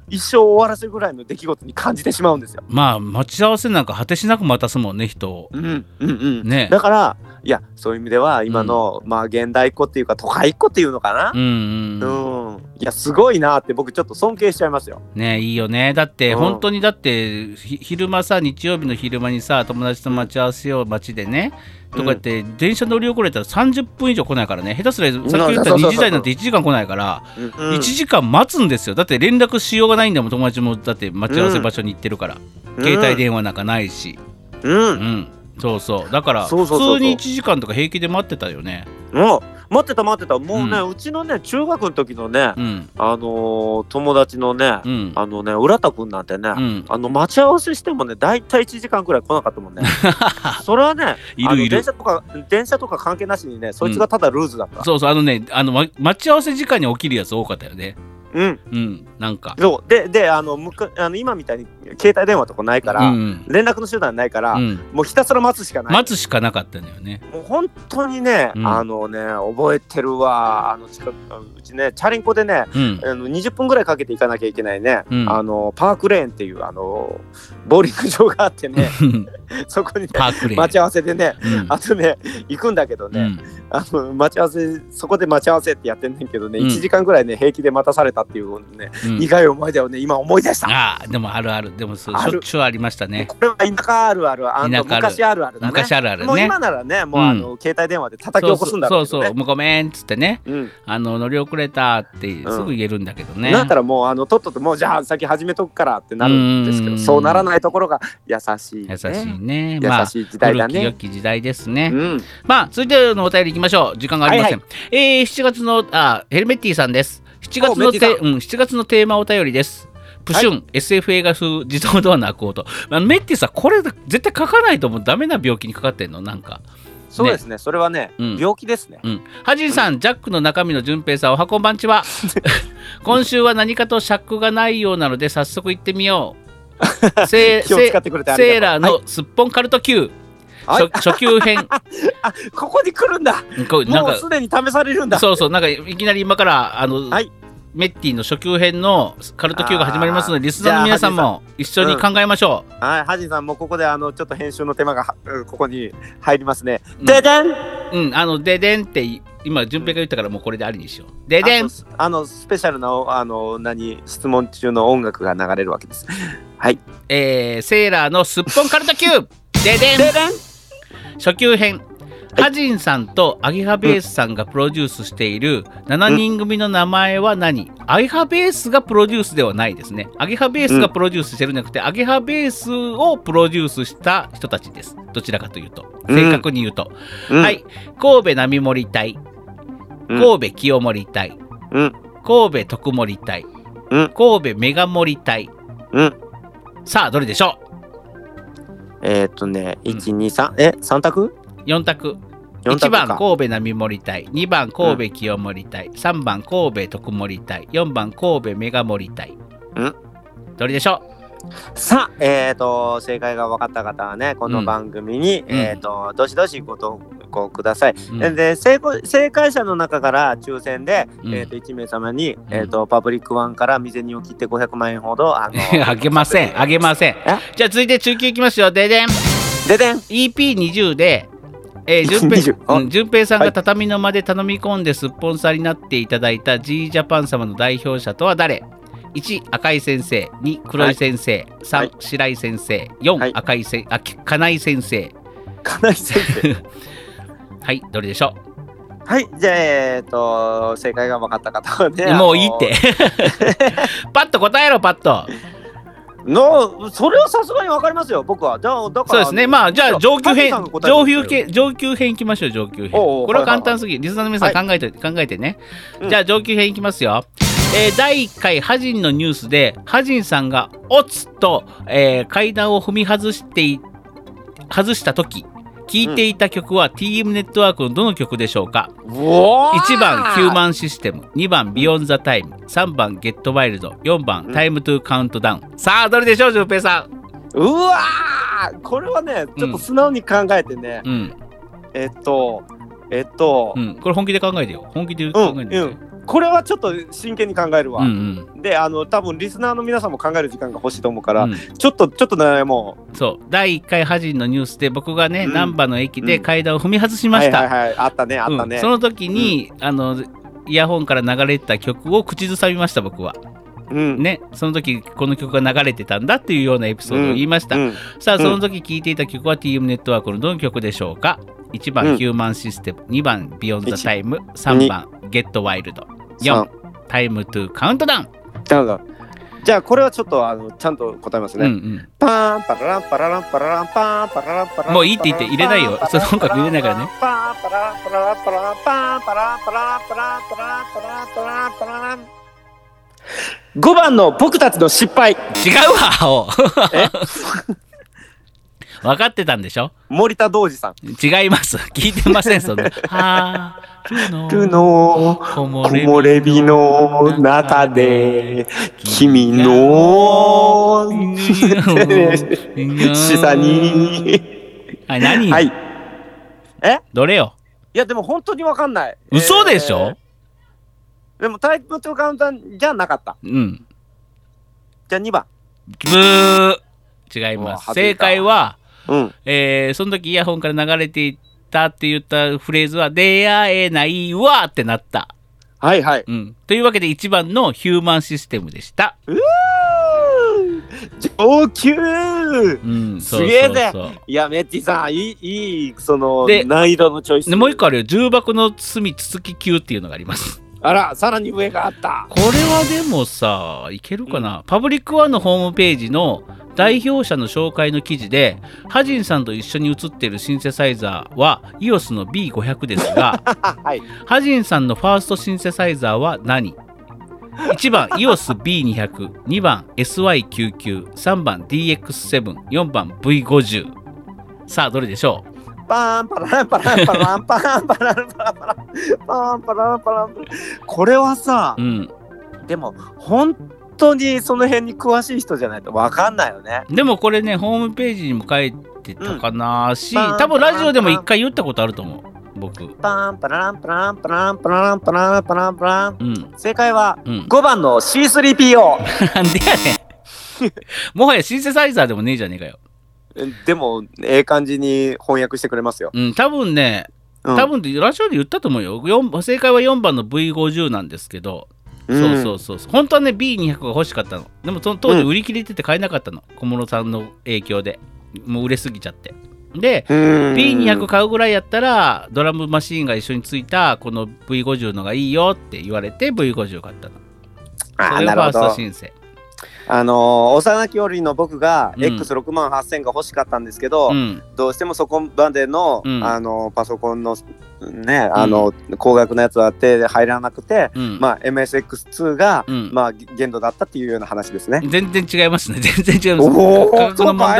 S2: 一生終わらせるぐらいの出来事に感じてしまうんですよ。
S1: まあ待ち合わせなんか果てしなく待たすもんね、人を。ね。
S2: だからいやそういう意味では今の、まあ現代っ子っていうか都会っ子っていうのかな。いやすごいなって僕ちょっと尊敬しちゃいますよ。
S1: ね、いいよね。だって本当にだって昼間さ、日曜日の昼間にさ、友達と待ち合わせよう街でね。とかって電車乗り遅れたら30分以上来ないからね。下手すらさっき言った2時台なんて1時間来ないから1時間待つんですよ。だって連絡しようがないんだもん、友達も。だって待ち合わせ場所に行ってるから、携帯電話なんかないし。そうそう。だから普通に1時間とか平気で待ってたよね。待ってた。もうね、うちのね中学の時のね、友達のね、浦田くんなんてね、待ち合わせしてもねだいたい1時間くらい来なかったもんね。それはね、電車とか関係なしにね、そいつがただルーズだった。そうそう、待ち合わせ時間に起きるやつ多かったよね。なんか
S2: そうで今みたいに携帯電話とかないから、連絡の手段ないから、もうひたすら待つしかない。
S1: 待つしかなかったんだよね。
S2: もう本当にね、覚えてるわ。うちねチャリンコでね、20分ぐらいかけて行かなきゃいけないね、パークレーンっていうボーリング場があってねそこにね待ち合わせでね、あとね行くんだけどね、そこで待ち合わせってやってんねんけどね、1時間ぐらいね平気で待たされたっていうね、苦い思い出をね今思い出した。
S1: でもあるある。でもしょっちゅうありましたね。
S2: これは田舎あるある、昔あるあるだね。
S1: 昔あるあるね。
S2: もう今ならね、もう携帯電話で叩き起こすんだろうけどね。
S1: もうごめんっつってね、乗り遅れたってすぐ言えるんだけどね。
S2: だったらもうとっとともうじゃあ先始めとくからってなるんですけど、そうならないところが優しいね。
S1: 優しいね。
S2: 優しい時代だね。
S1: 古き良き時代ですね。まあ続いてのお便りいきましょう。時間がありません。7月のヘルメッティさんです。7月のテーマお便りです。プシュン、SF 映画風自動ドアの開く音。メッティさん、これ絶対書かないともうダメな病気にかかってんのなんか。
S2: そうですね、それはね、病気ですね。
S1: ハジンさん、ジャックの中身の順平さん、おはこんばんちは。今週は何かと尺がないようなので早速行ってみよう。セーラーのすっぽんカルト Q。初級編。
S2: ここに来るんだ。もうすでに試されるんだ。
S1: そうそう、なんかいきなり今からメッティの初級編のカルト Q が始まりますので、リスナーの皆さんも一緒に考えましょう。
S2: ハジンさんもここでちょっと編集の手間がここに入りますね。ででん。
S1: ででんって今順平が言ったからもうこれでありにしよう。ででん。
S2: スペシャルな質問中の音楽が流れるわけです。はい。
S1: セーラーのすっぽんカルト Q。ででん。初級編。ハジンさんとアゲハベースさんがプロデュースしている7人組の名前は何？アゲハベースがプロデュースではないですね。アゲハベースがプロデュースしてるんじゃなくて、アゲハベースをプロデュースした人たちです。どちらかというと、正確に言うと、はい。神戸並盛隊、神戸清盛隊、神戸徳盛隊、神戸メガ盛隊。さあどれでしょう
S2: ？1、2、3、3択
S1: ？4択。1番神戸並盛隊、2番神戸清盛隊、3番神戸徳盛隊、4番神戸メガ盛隊。どれでしょ
S2: う？さあ、正解が分かった方はね、この番組に、どしどしご投稿ください。で、正解者の中から抽選で、1名様に、パブリックワンから未然に切って500万円ほど
S1: あげません。じゃあ続いて中継いきますよ。ででん。EP20 で順平さんが畳の間で頼み込んでスポンサーになっていただいた G ジャパン様の代表者とは誰？1、赤井先生、2、黒井先生、3、白井先生、4、金井先生。はい、どれでしょ
S2: う？はい、じゃあ、正解が分かった方はね。
S1: もういいって。パッと答えろ、パッと。
S2: それはさすがに分かりますよ、僕は。だから
S1: そうですね。まあじゃあ上級編いきましょう。上級編。これは簡単すぎる。リスナーの皆さん考えてね。じゃあ上級編いきますよ。第1回ハジンのニュースでハジンさんがおつと、階段を踏み外した時聴いていた曲は TM ネットワークのどの曲でしょうか？1番ヒューマンシステム、2番ビヨンザタイム、3番ゲットワイルド、4番タイムトゥカウントダウン。さあどれでしょう、順平さん。
S2: うわー、これはねちょっと素直に考えてね、これ
S1: 本気で考えてよ。本気で考えてよ。
S2: これはちょっと真剣に考えるわ、
S1: うん
S2: で多分リスナーの皆さんも考える時間が欲しいと思うから、
S1: うん
S2: ちょっと悩もう。
S1: そう第1回ハジンのニュースで僕がね、
S2: うん
S1: 難波の駅で階段を踏み外しました、
S2: はいはいはい、あったねあったね、
S1: その時に、イヤホンから流れてた曲を口ずさみました僕は
S2: うん
S1: ね。その時この曲が流れてたんだっていうようなエピソードを言いました、
S2: うん
S1: さあその時聴いていた曲は TM ネットワークのどの曲でしょうか。1番、
S2: うん
S1: ヒューマンシステム、2番ビヨンドザタイム、3番ゲットワイルド、4タイムトゥカウントダウン。
S2: じゃあこれはちょっとちゃんと答えますね、
S1: うんうん
S2: パーンパラランパラランパラランパーンパラランパララン、
S1: もういいって言って入れないよ、その音楽入れないからね。
S2: パーンパラランパラランパラランパーンパラランパラランパラランパラランパラランパラランパララン。5番の僕たちの失敗。
S1: 違うわお分かってたんでしょ。
S2: 森田道二さん。
S1: 違います、聞いてませんそんな
S2: 春の木漏れ日の中で君の示唆に
S1: はい何、
S2: はい、
S1: どれよ。
S2: いやでも本当に分かんない。
S1: 嘘でしょ、
S2: でもタイプトゥカウンターじゃなかった。
S1: うん
S2: じゃあ2番。
S1: ブー違います。正解は、
S2: うん、
S1: その時イヤホンから流れていったって言ったフレーズは出会えないわってなった。
S2: はいはい、
S1: うん、というわけで1番のヒューマンシステムでした。
S2: 上級、
S1: うん、
S2: すげえぜ。いやメッティさんいいその難易度のチョイス
S1: でもう一個あるよ。重箱の隅つつき級っていうのがあります。
S2: あらさらに上があった。
S1: これはでもさいけるかな、パブリックワンのホームページの代表者の紹介の記事でハジンさんと一緒に写っているシンセサイザーは EOS の B500 ですが、
S2: はい、
S1: ハジンさんのファーストシンセサイザーは何。1番 EOS B200、 2番 SY99、 3番 DX7、 4番 V50。 さあどれでしょう。
S2: パーンパラランパラランパラランパーンパラランパラパラパーンパラランパララン。これはさ、でも本当にその辺に詳しい人じゃないと分かんないよね。
S1: でもこれねホームページにも書いてたかなし、多分ラジオでも一回言ったことあると思う僕。
S2: パンパラランパラランパラランパラランパラランパラランパラン。正解は5番の C3PO。
S1: なんでやねんもはやシンセサイザーでもねえじゃねえかよ。
S2: でもええ感じに翻訳してくれますよ。
S1: 多分ね、多分ラジオで言ったと思うよ。正解は4番の V50 なんですけど、そう本当はね B200 が欲しかったの。でもその当時売り切れてて買えなかったの、小室さんの影響でもう売れすぎちゃって。で B200 買うぐらいやったらドラムマシーンが一緒についたこの V50 のがいいよって言われて V50 買ったの。それがファーストシンセ。
S2: 幼き折の僕が X6 万8000が欲しかったんですけど、どうしてもそこまでの、パソコンのね高額なやつは手で入らなくて、MSX2 が、限度だったっていうような話ですね。
S1: 全然違いますね。全然違います。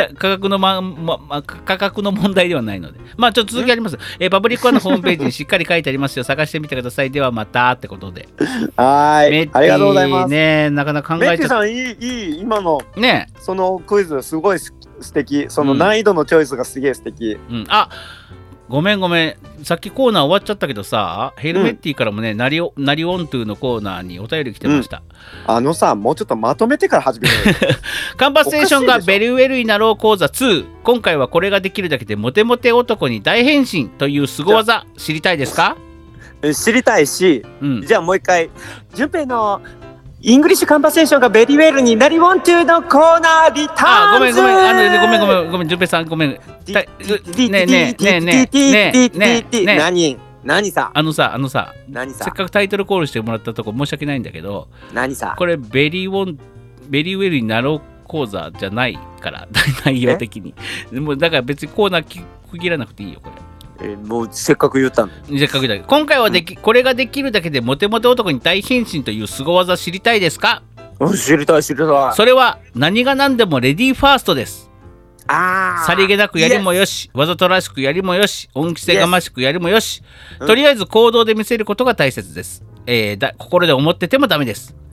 S1: 価格の問題ではないので。ちょっと続きあります。パブリックワンのホームページにしっかり書いてありますよ。探してみてください。ではまたってことで。
S2: はい、ありがとうございます。
S1: ね、なかなか考えちゃった。
S2: メッティさんいい今のねそのクイズすごい素敵。その難易度のチョイスがすげえ素敵。
S1: あ、ごめんさっきコーナー終わっちゃったけどさ、ヘルメッティからもね、ナリオントゥーのコーナーにお便り来てました。
S2: もうちょっとまとめてから始める
S1: カンパステーションがベリウェルになろう講座2。今回はこれができるだけでモテモテ男に大変身という凄技知りたいですか。
S2: 知りたいし、じゃあもう一回順平のイングリッシュカンパセーションがベリーウェルになりウォントゥーのコーナーリターンズ。
S1: ごめん、順平さんごめん。
S2: 何さ
S1: せっかくタイトルコールしてもらったとこ申し訳ないんだけど、これベリーウェルになろう講座じゃないから内容的にもうだから別にコーナー区切らなくていいよこれ。
S2: もうせっかく言ったの。
S1: 今回はこれができるだけでモテモテ男に大変身という凄技知りたいですか。
S2: 知りたい。そ
S1: れは何が何でもレディーファーストです。さりげなくやりもよし、わざとらしくやりもよし、恩着せがましくやりもよし、とりあえず行動で見せることが大切です。心で思っててもダメです。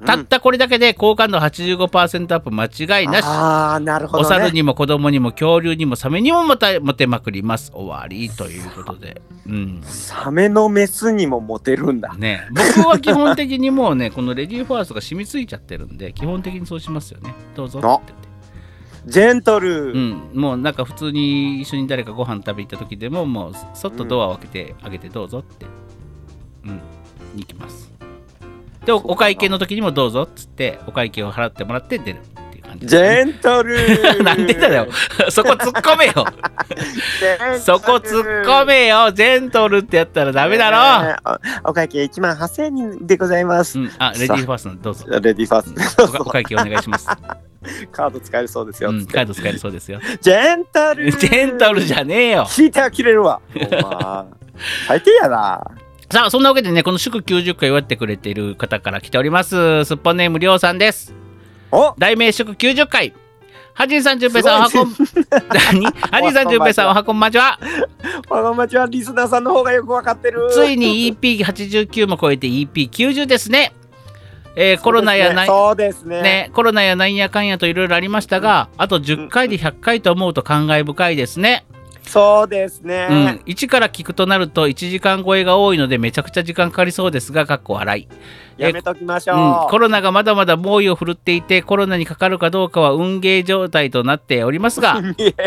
S1: たったこれだけで好感度 85% アップ間違いなし。
S3: ああ、なるほど、ね。
S1: お猿にも子供にも恐竜にもサメにもモテまくります。終わりということで、
S3: サメのメスにもモテるんだ
S1: ね。僕は基本的にもうねこのレディーファーストが染みついちゃってるんで基本的にそうしますよね。どうぞって言って。
S3: ジェントル、
S1: もうなんか普通に一緒に誰かご飯食べ行った時でももうそっとドアを開けてあげてどうぞって、行きます。でお会計の時にもどうぞっつってお会計を払ってもらって出るっていう感じ、
S3: ジェントル
S1: なんでだよそこ突っ込めよそこ突っ込めよ。ジェントルってやったらダメだろ、
S3: お会計18,000円でございます、
S1: レディーファーストどうぞ。
S3: レディーファースト
S1: お会計お願いします
S3: カード使えるそうですよ、
S1: カード使えるそうですよ。
S3: ジェントル
S1: ジェントルじゃねえよ。
S3: 聞いては切れるわ最低やな。
S1: さあそんなわけでねこの祝90回祝ってくれている方から来ております。すっぽんネームりょうさんです。題名祝90回ハジンさん、じゅんぺいさん、ハジンさん、じゅんぺいさん、おはこんまちは。
S3: おはこんまちは。リスナーさんの方がよくわかってる。
S1: ついに EP89 も超えて EP90 ですね。コロナやコロナやなんやかんやといろいろありましたが、あと10回で100回と思うと感慨深いですね。
S3: そうですね、
S1: 1から聞くとなると1時間超えが多いのでめちゃくちゃ時間かかりそうですがかっこ笑い。
S3: やめときましょう、
S1: コロナがまだまだ猛威を振るっていてコロナにかかるかどうかは運ゲー状態となっておりますが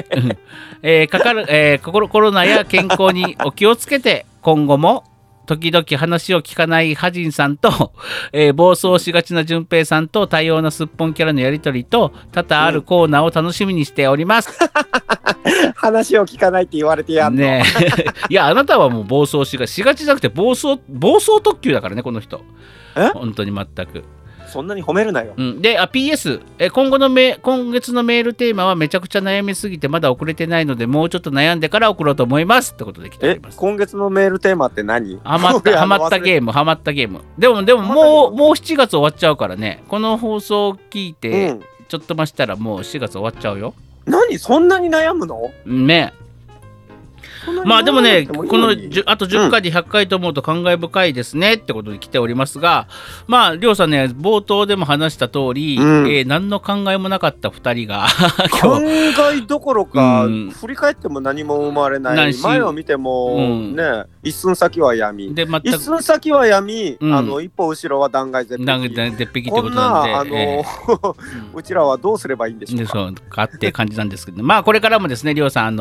S1: コロナや健康にお気をつけて今後も時々話を聞かないハジンさんと、暴走しがちな順平さんと多様なすっぽんキャラのやりとりと多々あるコーナーを楽しみにしております、
S3: 話を聞かないって言われてやんの
S1: ねいやあなたはもう暴走しがちじゃなくて暴走特急だからねこの人。本当に全く
S3: そんなに褒めるなよ、
S1: でPS、今月のメールテーマはめちゃくちゃ悩みすぎてまだ送れてないのでもうちょっと悩んでから送ろうと思いますってことで来ております。
S3: 今月のメールテーマって何？
S1: ハマったゲームでももう7月終わっちゃうからね。この放送を聞いてちょっと増したらもう7月終わっちゃうよ。
S3: 何そんなに悩むの
S1: ね。まあでもねこのあと10回で100回と思うと感慨深いですねってことで来ておりますが、まありょうさんね冒頭でも話した通り、何の考えもなかった2人が
S3: 考えどころか、振り返っても何も生まれない前を見ても、ね一寸先は闇で一寸先は闇、一歩後ろは断崖絶壁
S1: ってことなんで
S3: うちらはどうすればいいんでしょうか。
S1: そうかって感じなんですけどまあこれからもですねりょうさん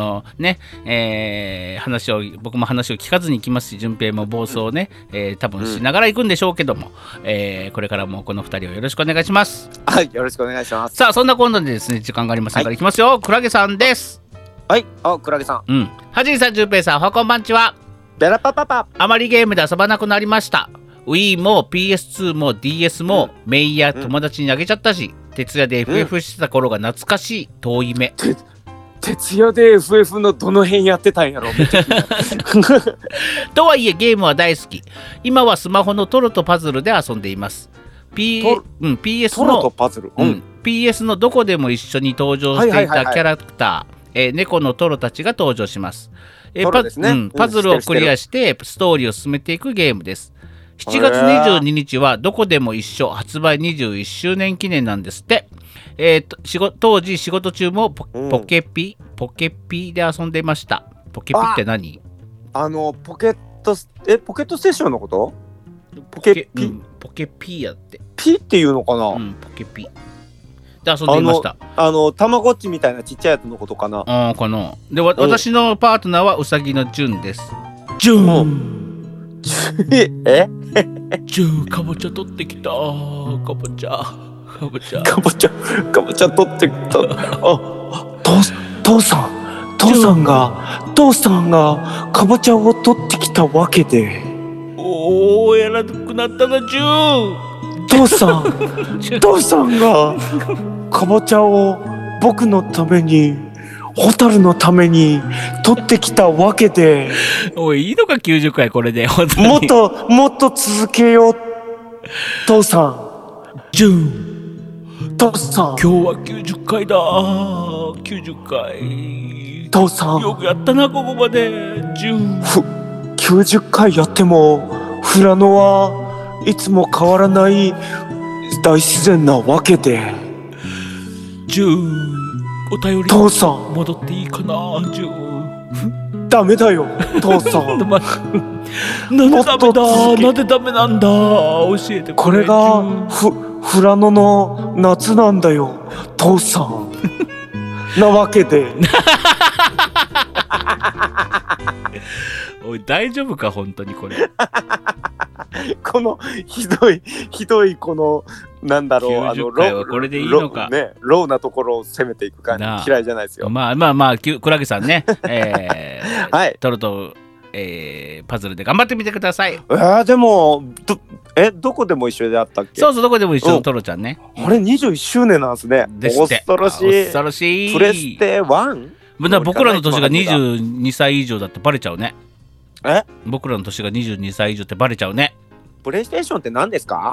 S1: 僕も話を聞かずに行きますし順平も暴走をね、多分しながら行くんでしょうけども、これからもこの2人をよろしくお願いします。
S3: はい、よろしくお願いします。
S1: さあそんな今度でですね時間がありませんから行きますよ。クラゲさんです。
S3: はい、クラゲさん。
S1: はじいさん、順平さん、おはこんばんちは。
S3: ベラパパパ。
S1: あまりゲームで遊ばなくなりました。Wii も PS2 も DS も、メイや友達にあげちゃったし、徹夜で FF してた頃が懐かしい遠い目。
S3: 徹夜で FF のどの辺やってたんやろ
S1: とはいえゲームは大好き。今はスマホのトロとパズルで遊んでいます。PS の
S3: パズル、
S1: PS のどこでも一緒に登場していたキャラクター、猫のトロたちが登場します。パズルをクリアしてストーリーを進めていくゲームです。7月22日はどこでも一緒発売21周年記念なんですって。当時仕事中もポケピで遊んでいました。ポケピって何？
S3: ポケットステーションのこと？ポケ
S1: ピやって。
S3: ピっていうのかな？
S1: ポケピ。で遊んでいました。
S3: たまごっちみたいなちっちゃいやつのことかな？
S1: かな。で、私のパートナーはうさぎのジュンです。ジュン。ジュン、かぼちゃ取ってきた。かぼちゃ
S3: 取ってきた。父さんがかぼちゃを取ってきたわけで。
S1: やらなくなったな、ジュン。
S3: 父さんがかぼちゃを僕のためにホタルのために取ってきたわけで。
S1: おいいのか90回これで本当に
S3: もっと続けよう父さん。
S1: ジュン
S3: 父さん
S1: 今日は90回だ。90回
S3: 父さん
S1: よくやったなここまで。ジュン
S3: 90回やってもフラノはいつも変わらない
S2: 大自然なわけで。
S1: ジュー、お便り
S2: 父さん
S1: 戻っていいかな、ジュー。
S2: ダメだよ父さん。
S1: なんでダメだ、なんでダメなんだ、教えてくれ。
S2: これが富良野の夏なんだよ父さん。なわけで。
S1: おい大丈夫か本当にこれ。
S2: このひどいこのなんだろう、
S1: 90回はこれでいいのか
S2: ね、ローなところを攻めていく感じ嫌いじゃないですよ。
S1: まあクラゲさんね、
S2: はい、
S1: トロと、パズルで頑張ってみてください。
S2: でもどこでも一緒であったっけ？
S1: そうどこでも一緒のトロちゃんね。
S2: あれ21周年なんですね。
S1: ですって。
S2: 恐ろしい。
S1: 恐ろしい。
S2: プレステ 1？
S1: 僕らの年が22歳以上だってバレちゃうね。僕らの年が22歳以上ってバレちゃうね。
S2: プレイステーションって何ですか？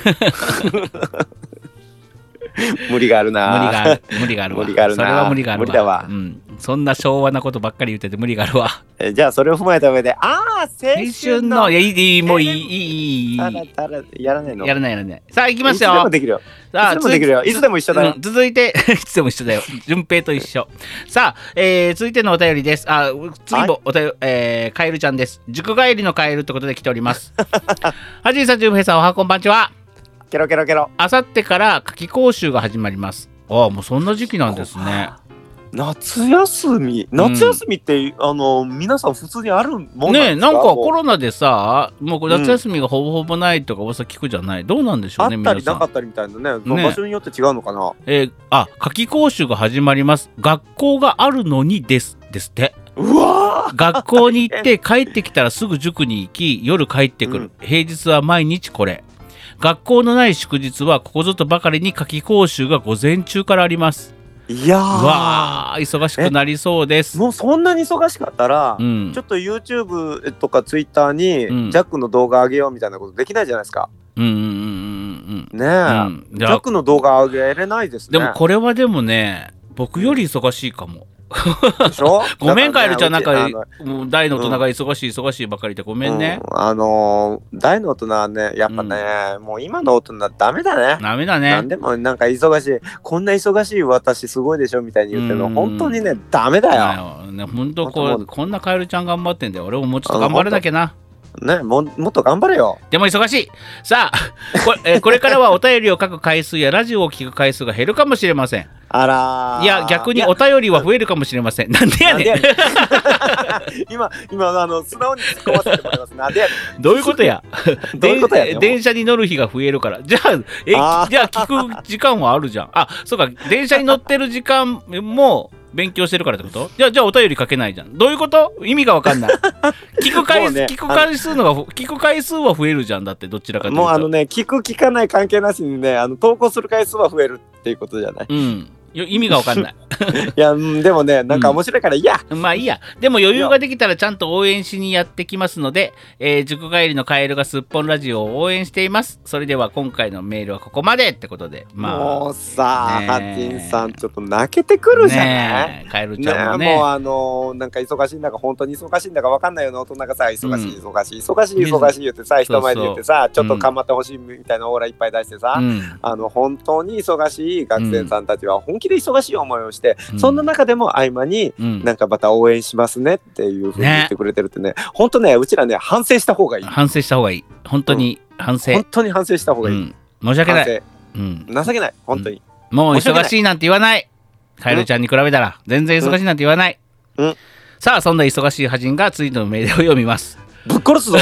S2: 無理があるな。
S1: 無理があるわ。
S2: 無理があるな。
S1: それは無理があるわ。
S2: 無理だわ。
S1: そんな昭和なことばっかり言ってて無理があるわ。
S2: じゃあそれを踏まえた上で、青春の。
S1: いや、いい、もういい。
S2: やらないの？
S1: やらない。さあ、行きますよ。
S2: いつでもできるよ。いつでも一緒だよ。
S1: 続いて、いつでも一緒だよ。順平と一緒。さあ、続いてのお便りです。次もお便り、カエルちゃんです。塾帰りのカエルってことで来ております。はじいさん、順平さん、おはこんばんちは。
S2: ケロケロケロ。
S1: あさってから夏期講習が始まります。もうそんな時期なんですね。
S2: 夏休みって皆さん普通にあるもんなんですか？
S1: ねえ、なんかコロナでさ、もう夏休みがほぼほぼないとか噂聞くじゃない。どうなんでしょうね、
S2: あったりなかったりみたいなね。場所によって違うのかな。
S1: 夏期講習が始まります。学校があるのにですって。
S2: うわー、
S1: 学校に行って帰ってきたらすぐ塾に行き、夜帰ってくる。平日は毎日これ。学校のない祝日はここぞとばかりに夏期講習が午前中からあります。
S2: いやー、
S1: わー、忙しくなりそうです。
S2: もうそんなに忙しかったら、ちょっと YouTube とか Twitter にジャックの動画上げようみたいなことできないじゃないですか。ねえ、ジャックの動画上げれないですね。
S1: でもこれはでもね、僕より忙しいかも。
S2: でしょ？
S1: ごめんカエルちゃん、なんかもう大の大人が忙しいばかりでごめんね。
S2: 大の大人はね、やっぱね、もう今の大人はダメだね。なんでもなんか忙しい、こんな忙しい私すごいでしょみたいに言ってるの、本当にねダメだよ。
S1: 本当こんなカエルちゃん頑張ってんだよ。俺ももうちょっと頑張れなきゃな。
S2: ね、もっと頑張れよ。
S1: でも忙しい。さあこれからはお便りを書く回数やラジオを聞く回数が減るかもしれません。
S2: あらー。
S1: いや逆にお便りは増えるかもしれません。なんでやねん。
S2: 今素直に突っ込ませてもらいます。なんでやねん。
S1: どういうことや。電車に乗る日が増えるから。じゃあ聞く時間はあるじゃん。そうか、電車に乗ってる時間も勉強してるからってこと？じゃあお便り書けないじゃん。どういうこと？意味が分かんない。聞く回数は増えるじゃん。だってどちらかというと。
S2: もう聞く聞かない関係なしにね、投稿する回数は増えるっていうことじゃない。
S1: 意味が分かんない。
S2: いやでもね、なんか面白いからいいや。
S1: まあいいや。でも余裕ができたらちゃんと応援しにやってきますので、塾帰りのカエルがすっぽんラジオを応援しています。それでは今回のメールはここまでってことで、
S2: もうさ、ハティンさんちょっと泣けてくるじゃない？
S1: カエルちゃんもね。
S2: もうなんか忙しいんだか本当に忙しいんだか分かんないような大人がさ、忙しい言ってさ、人前で言ってさ、ちょっと構ってほしいみたいなオーラいっぱい出してさ、本当に忙しい学生さんたちは本気で忙しい思いをして、そんな中でも合間になんかまた応援しますねっていうふうに言ってくれてるってね、本当ね、うちらね反省した方がいい。本当に反省した方がいい。
S1: 申し訳ない。
S2: 情けない、本当に。
S1: もう忙しいなんて言わない。カエルちゃんに比べたら全然忙しいなんて言わない。さあ、そんな忙しいハジンが次のメールを読みます。
S2: ぶっ殺すぞ。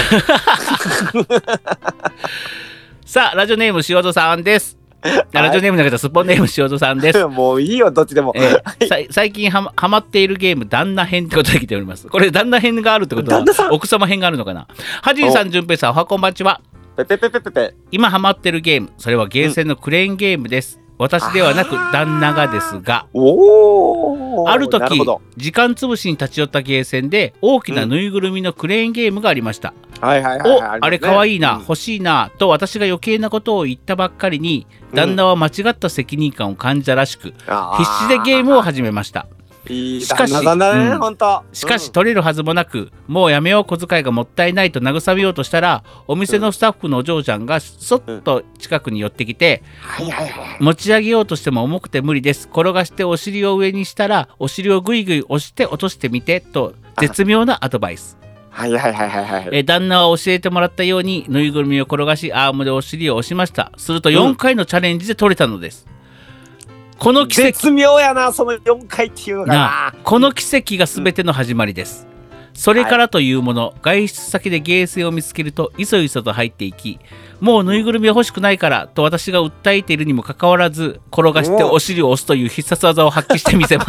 S1: さあ、ラジオネーム塩戸さんです。ラジオネームだけどスッポンネーム塩戸さんです。
S2: もういいよ、どっちでも。
S1: 最近ハマっているゲーム旦那編ってことで来ております。これ旦那編があるってことは奥様編があるのかな。はじいさん、じゅんぺいさん、おはこんばんちは。今ハマってるゲーム、それはゲーセンのクレーンゲームです。私ではなく旦那がですが、ある時時間つぶしに立ち寄ったゲーセンで大きなぬいぐるみのクレーンゲームがありました。あれかわいいな、欲しいなと私が余計なことを言ったばっかりに、旦那は間違った責任感を感じたらしく、必死でゲームを始めました。
S2: いい
S1: しかし
S2: 旦那だね、
S1: うん
S2: ほんと。
S1: しかし取れるはずもなく、もうやめよう、小遣いがもったいないと慰めようとしたら、お店のスタッフのお嬢ちゃんがそっと近くに寄ってきて、
S2: はいはいはい。
S1: 持ち上げようとしても重くて無理です、転がしてお尻を上にしたらお尻をぐいぐい押して落としてみてと絶妙なアドバイス。
S2: はいはいはいはいはい。
S1: 旦那は教えてもらったようにぬいぐるみを転がしアームでお尻を押しました。すると4回のチャレンジで取れたのです。この奇跡
S2: 絶妙やな、その4回っていうのがな。
S1: この奇跡が全ての始まりです。それからというもの、外出先でゲーセンを見つけるといそいそと入っていき、もうぬいぐるみは欲しくないからと私が訴えているにもかかわらず、転がしてお尻を押すという必殺技を発揮してみせます。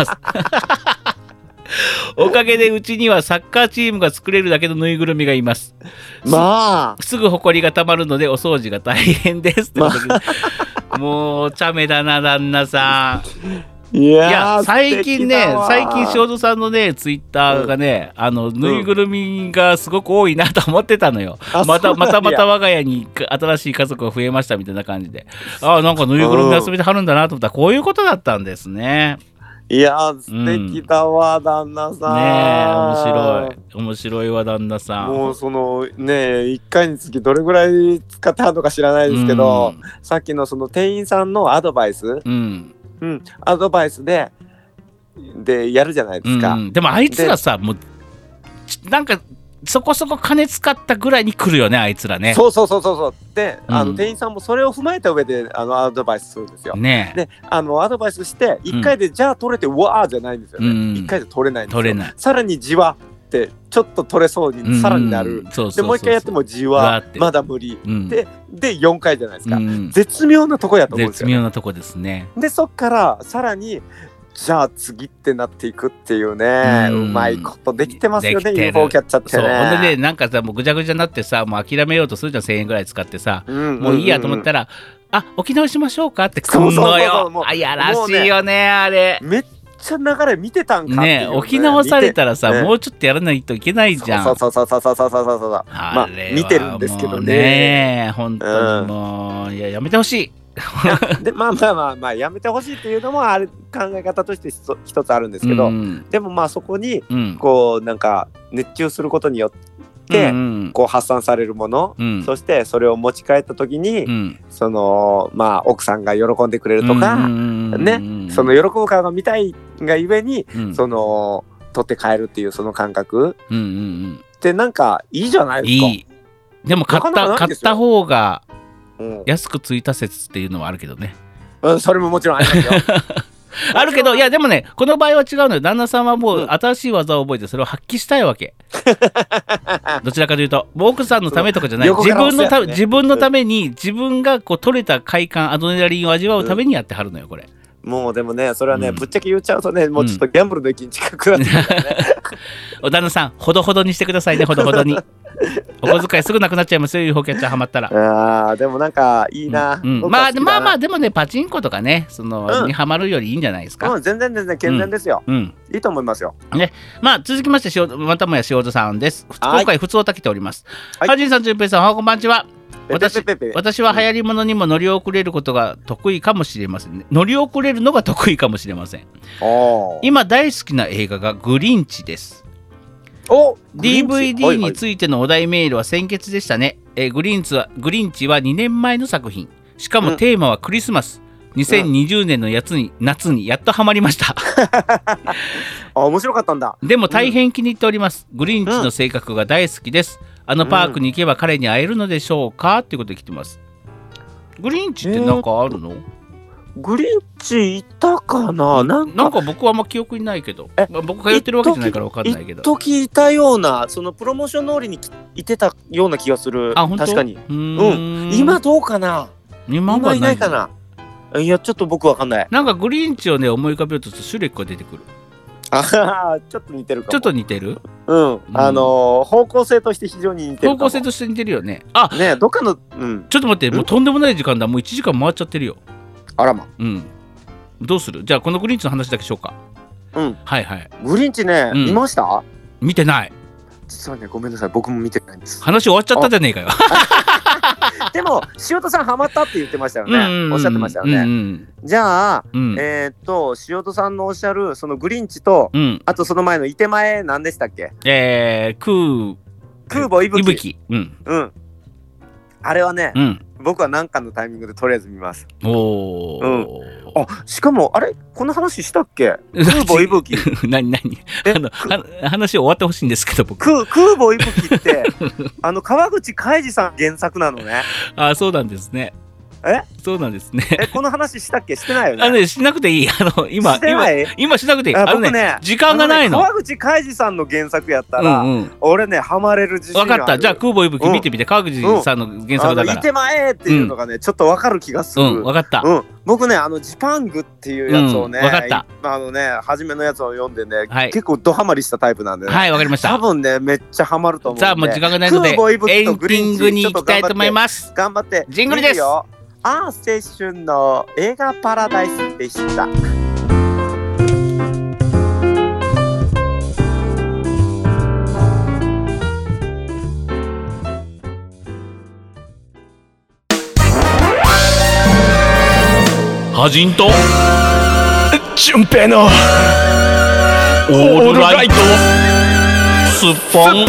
S1: おかげでうちにはサッカーチームが作れるだけのぬいぐるみがいます。
S2: まあ
S1: すぐほこりがたまるのでお掃除が大変です。もう茶目だな旦那さん。
S2: い
S1: いや最近ね、最近
S2: 少
S1: 塩田さんのねツイッターがね、ぬいぐるみがすごく多いなと思ってたのよ。また我が家に新しい家族が増えましたみたいな感じで、なんかぬいぐるみ遊びではるんだなと思ったら、こういうことだったんですね。
S2: いや素敵だわ、旦那さん。
S1: ねえ面白いわ旦那さん。
S2: もうそのね1回につきどれぐらい使ってはるのか知らないですけど、さっきのその店員さんのアドバイス、アドバイスでやるじゃないですか。
S1: でもあいつらさ、もうなんかそこそこ金使ったぐらいに来るよね、あいつらね。
S2: そうで、店員さんもそれを踏まえた上でアドバイスするんですよ。
S1: ねえ。
S2: でアドバイスして1回でじゃあ取れて、わーじゃないんですよね。1回で取れないんですよ。
S1: 取れない。
S2: さらにじわってちょっと取れそうにさらになる。でもう一回やってもじわまだ無理、で4回じゃないですか。絶妙なとこやと思うんですよ、
S1: 絶妙なとこですね。
S2: でそっからさらにじゃあ次ってなっていくっていうね、うまいことできてますよね、UFO キャッチャーってね。
S1: そうほんでね、なんかさもうぐちゃぐちゃになってさ、もう諦めようとするじゃん、1000円ぐらい使ってさ、もういいやと思ったら、置き直しましょうかって来んのよ。やらしいよねあれ。
S2: めっちゃ流れ見てたんかっていう
S1: ね。置き直されたらさ、もうちょっとやらないといけないじゃん。
S2: そうまあ見てるんですけどね。
S1: 本当にもうやめてほしい。
S2: でまあやめてほしいっていうのもある考え方として一つあるんですけど、でもまあそこにこうなんか熱中することによってこう発散されるもの、そしてそれを持ち帰った時に、そのまあ奥さんが喜んでくれるとかね、その喜ぶ顔が見たいがゆえに、その取って帰るっていうその感覚ってなんかいいじゃないですか。いい。
S1: でも買った方が安くついた説っていうのはあるけどね。
S2: それももちろんありますよ。
S1: あるけど、いやでもね、この場合は違うのよ。旦那さんはもう新しい技を覚えてそれを発揮したいわけ。どちらかというと、奥さんのためとかじゃない、自分のために、自分がこう取れた快感、アドレナリンを味わうためにやってはるのよこれ。
S2: もうでもね、それはね、ぶっちゃけ言っちゃうとね、もうちょっとギャンブルの域に近くなってくるからね。
S1: お旦那さん、ほどほどにしてくださいね、ほどほどに。お小遣いすぐなくなっちゃいますよ、UFO キャッチャーハマったら。でもなんかいいな。まあでもね、パチンコとかね、そのにハマるよりいいんじゃないですか。
S2: 全然健全ですよ。いいと思いますよ。
S1: ね、まあ続きましてまたもや塩田さんです。今回普通をたけております。はじんさん、じゅんぺいさん、おはこんばんちは。私は流行り物にも乗り遅れることが得意かもしれませんね。乗り遅れるのが得意かもしれません。今大好きな映画がグリンチです。DVD についてのお題メールは先決でしたね。グリンチは2年前の作品。しかもテーマはクリスマス。2020年の夏にやっとハマりました。
S2: 面白かったんだ。
S1: でも大変気に入っております。グリンチの性格が大好きです。パークに行けば彼に会えるのでしょうかっていうことで来てます。グリンチってなんかあるの？
S2: グリンチいたかな。なん
S1: か僕はあんま記憶にないけど、僕が言ってるわけじゃないから分かんないけど、
S2: 時いたような、そのプロモーション通りにいてたような気がする。確かに。今どうかな。今いないかな。いやちょっと僕わかんない。
S1: なんかグリンチをね思い浮かべようとするとシュレックが出てくる。
S2: ちょっと似てるかも。
S1: ちょっと似てる。
S2: 方向性として非常に似てる。
S1: 方向性として似てるよね。
S2: ね、どっかの、ちょ
S1: っと待って、もうとんでもない時間だ。もう1時間回っちゃってるよ。
S2: あらま。
S1: どうする？じゃあこのグリンチの話だけしようか。はいはい。
S2: グリンチね、見ました？
S1: 見てない。
S2: 実はね、ごめんなさい、僕も見てないんです。
S1: 話終わっちゃったじゃねえかよ。
S2: でも塩戸さんハマったって言ってましたよね、おっしゃってましたよね、
S1: うんうん、
S2: じゃあ、
S1: うん、
S2: 塩戸さんのおっしゃるそのグリンチと、うん、あとその前のいて前何でしたっけ？空母いぶき、うん、うん、あれはね、うん、僕は何かのタイミングでとりあえず見ます。
S1: おー、うん、
S2: しかもあれこの話したっけ？空母いぶき
S1: 何話終わってほしいんですけど僕
S2: 空母いぶきって川口海二さん原作なのね。
S1: あ、そうなんですね。そうなんですね。
S2: この話したっけ？してないよね。
S1: しなくていい。今しなくていい。
S2: 僕ね、
S1: 時間がないの。
S2: 川口海二さんの原作やったら、俺ねハマれる自信ある。
S1: 分かった。じゃあ空母いぶき見てみて。川口さんの原作だから。
S2: いてまえっていうのがね、ちょっと分かる気がする。
S1: 分かった。
S2: 僕ねジパングっていうやつをね、
S1: 分かった。
S2: 初めのやつを読んでね、結構ドハマりしたタイプなんでね。
S1: はい、分かりました。
S2: 多分ねめっちゃハマると思うんで。
S1: さあもう時間がないのでエンディングに行きたいと思います。
S2: 頑張って。
S1: ジングルです。
S2: 青春の映画パラダイスでした。
S1: ハジンと
S3: 純平の
S1: オールライトスッポン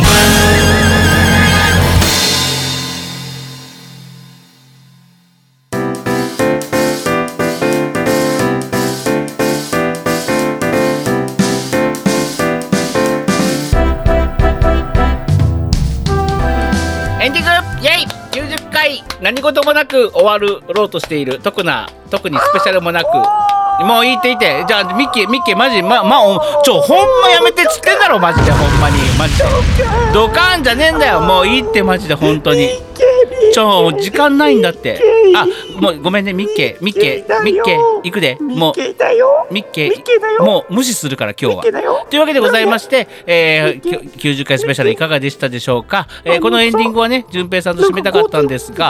S1: 何事もなく終わろうとしている特にスペシャルもなくもういいってじゃあミッケマジほんまやめてっつってんだろマジでほんまにマジでドカーンじゃねえんだよもういいってマジで本当に時間ないんだってあもうごめんねミッケ行くでもうミッケもう無視するから今日はというわけでございまして90回スペシャルいかがでしたでしょうかこのエンディングはね順平さんと締めたかったんですが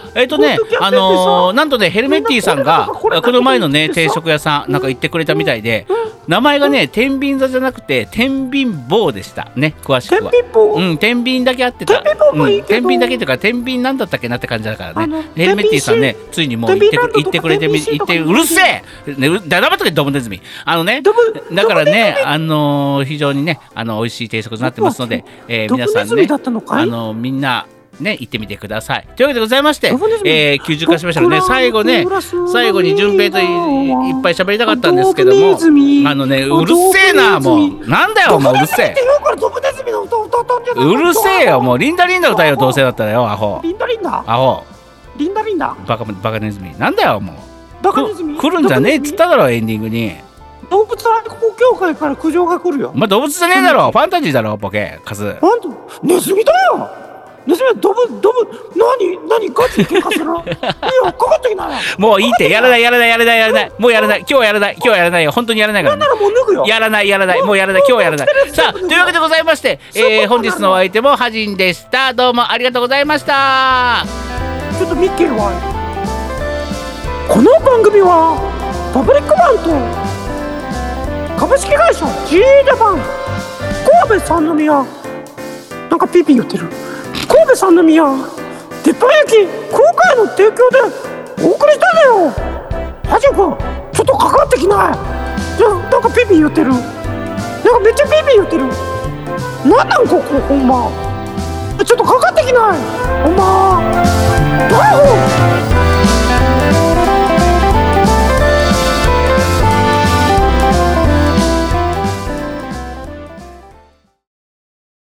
S1: なんとねヘルメッティさんがこの前のね定食屋さんなんか言ってくれたみたいで名前がね天秤座じゃなくて天秤棒でしたね詳しくは天秤だけ合ってた天秤だけというか天秤なんだったっけなって感じだからねヘルメッティさんねついにもう言ってくれてうるせえ黙っとけドブネズミだからね非常にね美味しい定食になってますので皆さんねみんなね、行ってみてください。というわけでございまして、90回スペシャルね、最後に順平といっぱい喋りたかったんですけども、うるせえな、もう、なんだよ、もううるせえ。うるせえよ、もう、リンダ歌えよ、どうせだったらよ、アホ。アホ。バカネズミ。なんだよ、もう。来るんじゃねえっつっただろ、エンディングに。
S3: 動物愛護協会から苦情が来るよ。
S1: お前動物じゃねえだろ、ファンタジーだろ、ボケ、カス。
S3: ネズミだよ。ネズミはドブ何ガチで喧嘩するのいやかかってきなよ
S1: もういいってやらないもうやらない今日やらないよ本当にやらないから、ね、
S3: なんならもう脱ぐよ
S1: やらないもうやらない今日やらないさあというわけでございまして、本日のお相手もハジンでしたどうもありがとうございました
S3: ちょっとミッケルはこの番組はパブリックバンと株式会社 G ジャパン神戸三宮なんかピーピー言ってる神戸三宮鉄板焼き空海の提供でお送りしたんだよハジン君ちょっとかかってきないなんかピーピー言ってるなんかめっちゃピーピー言ってるなんここほんまちょっとかかってきない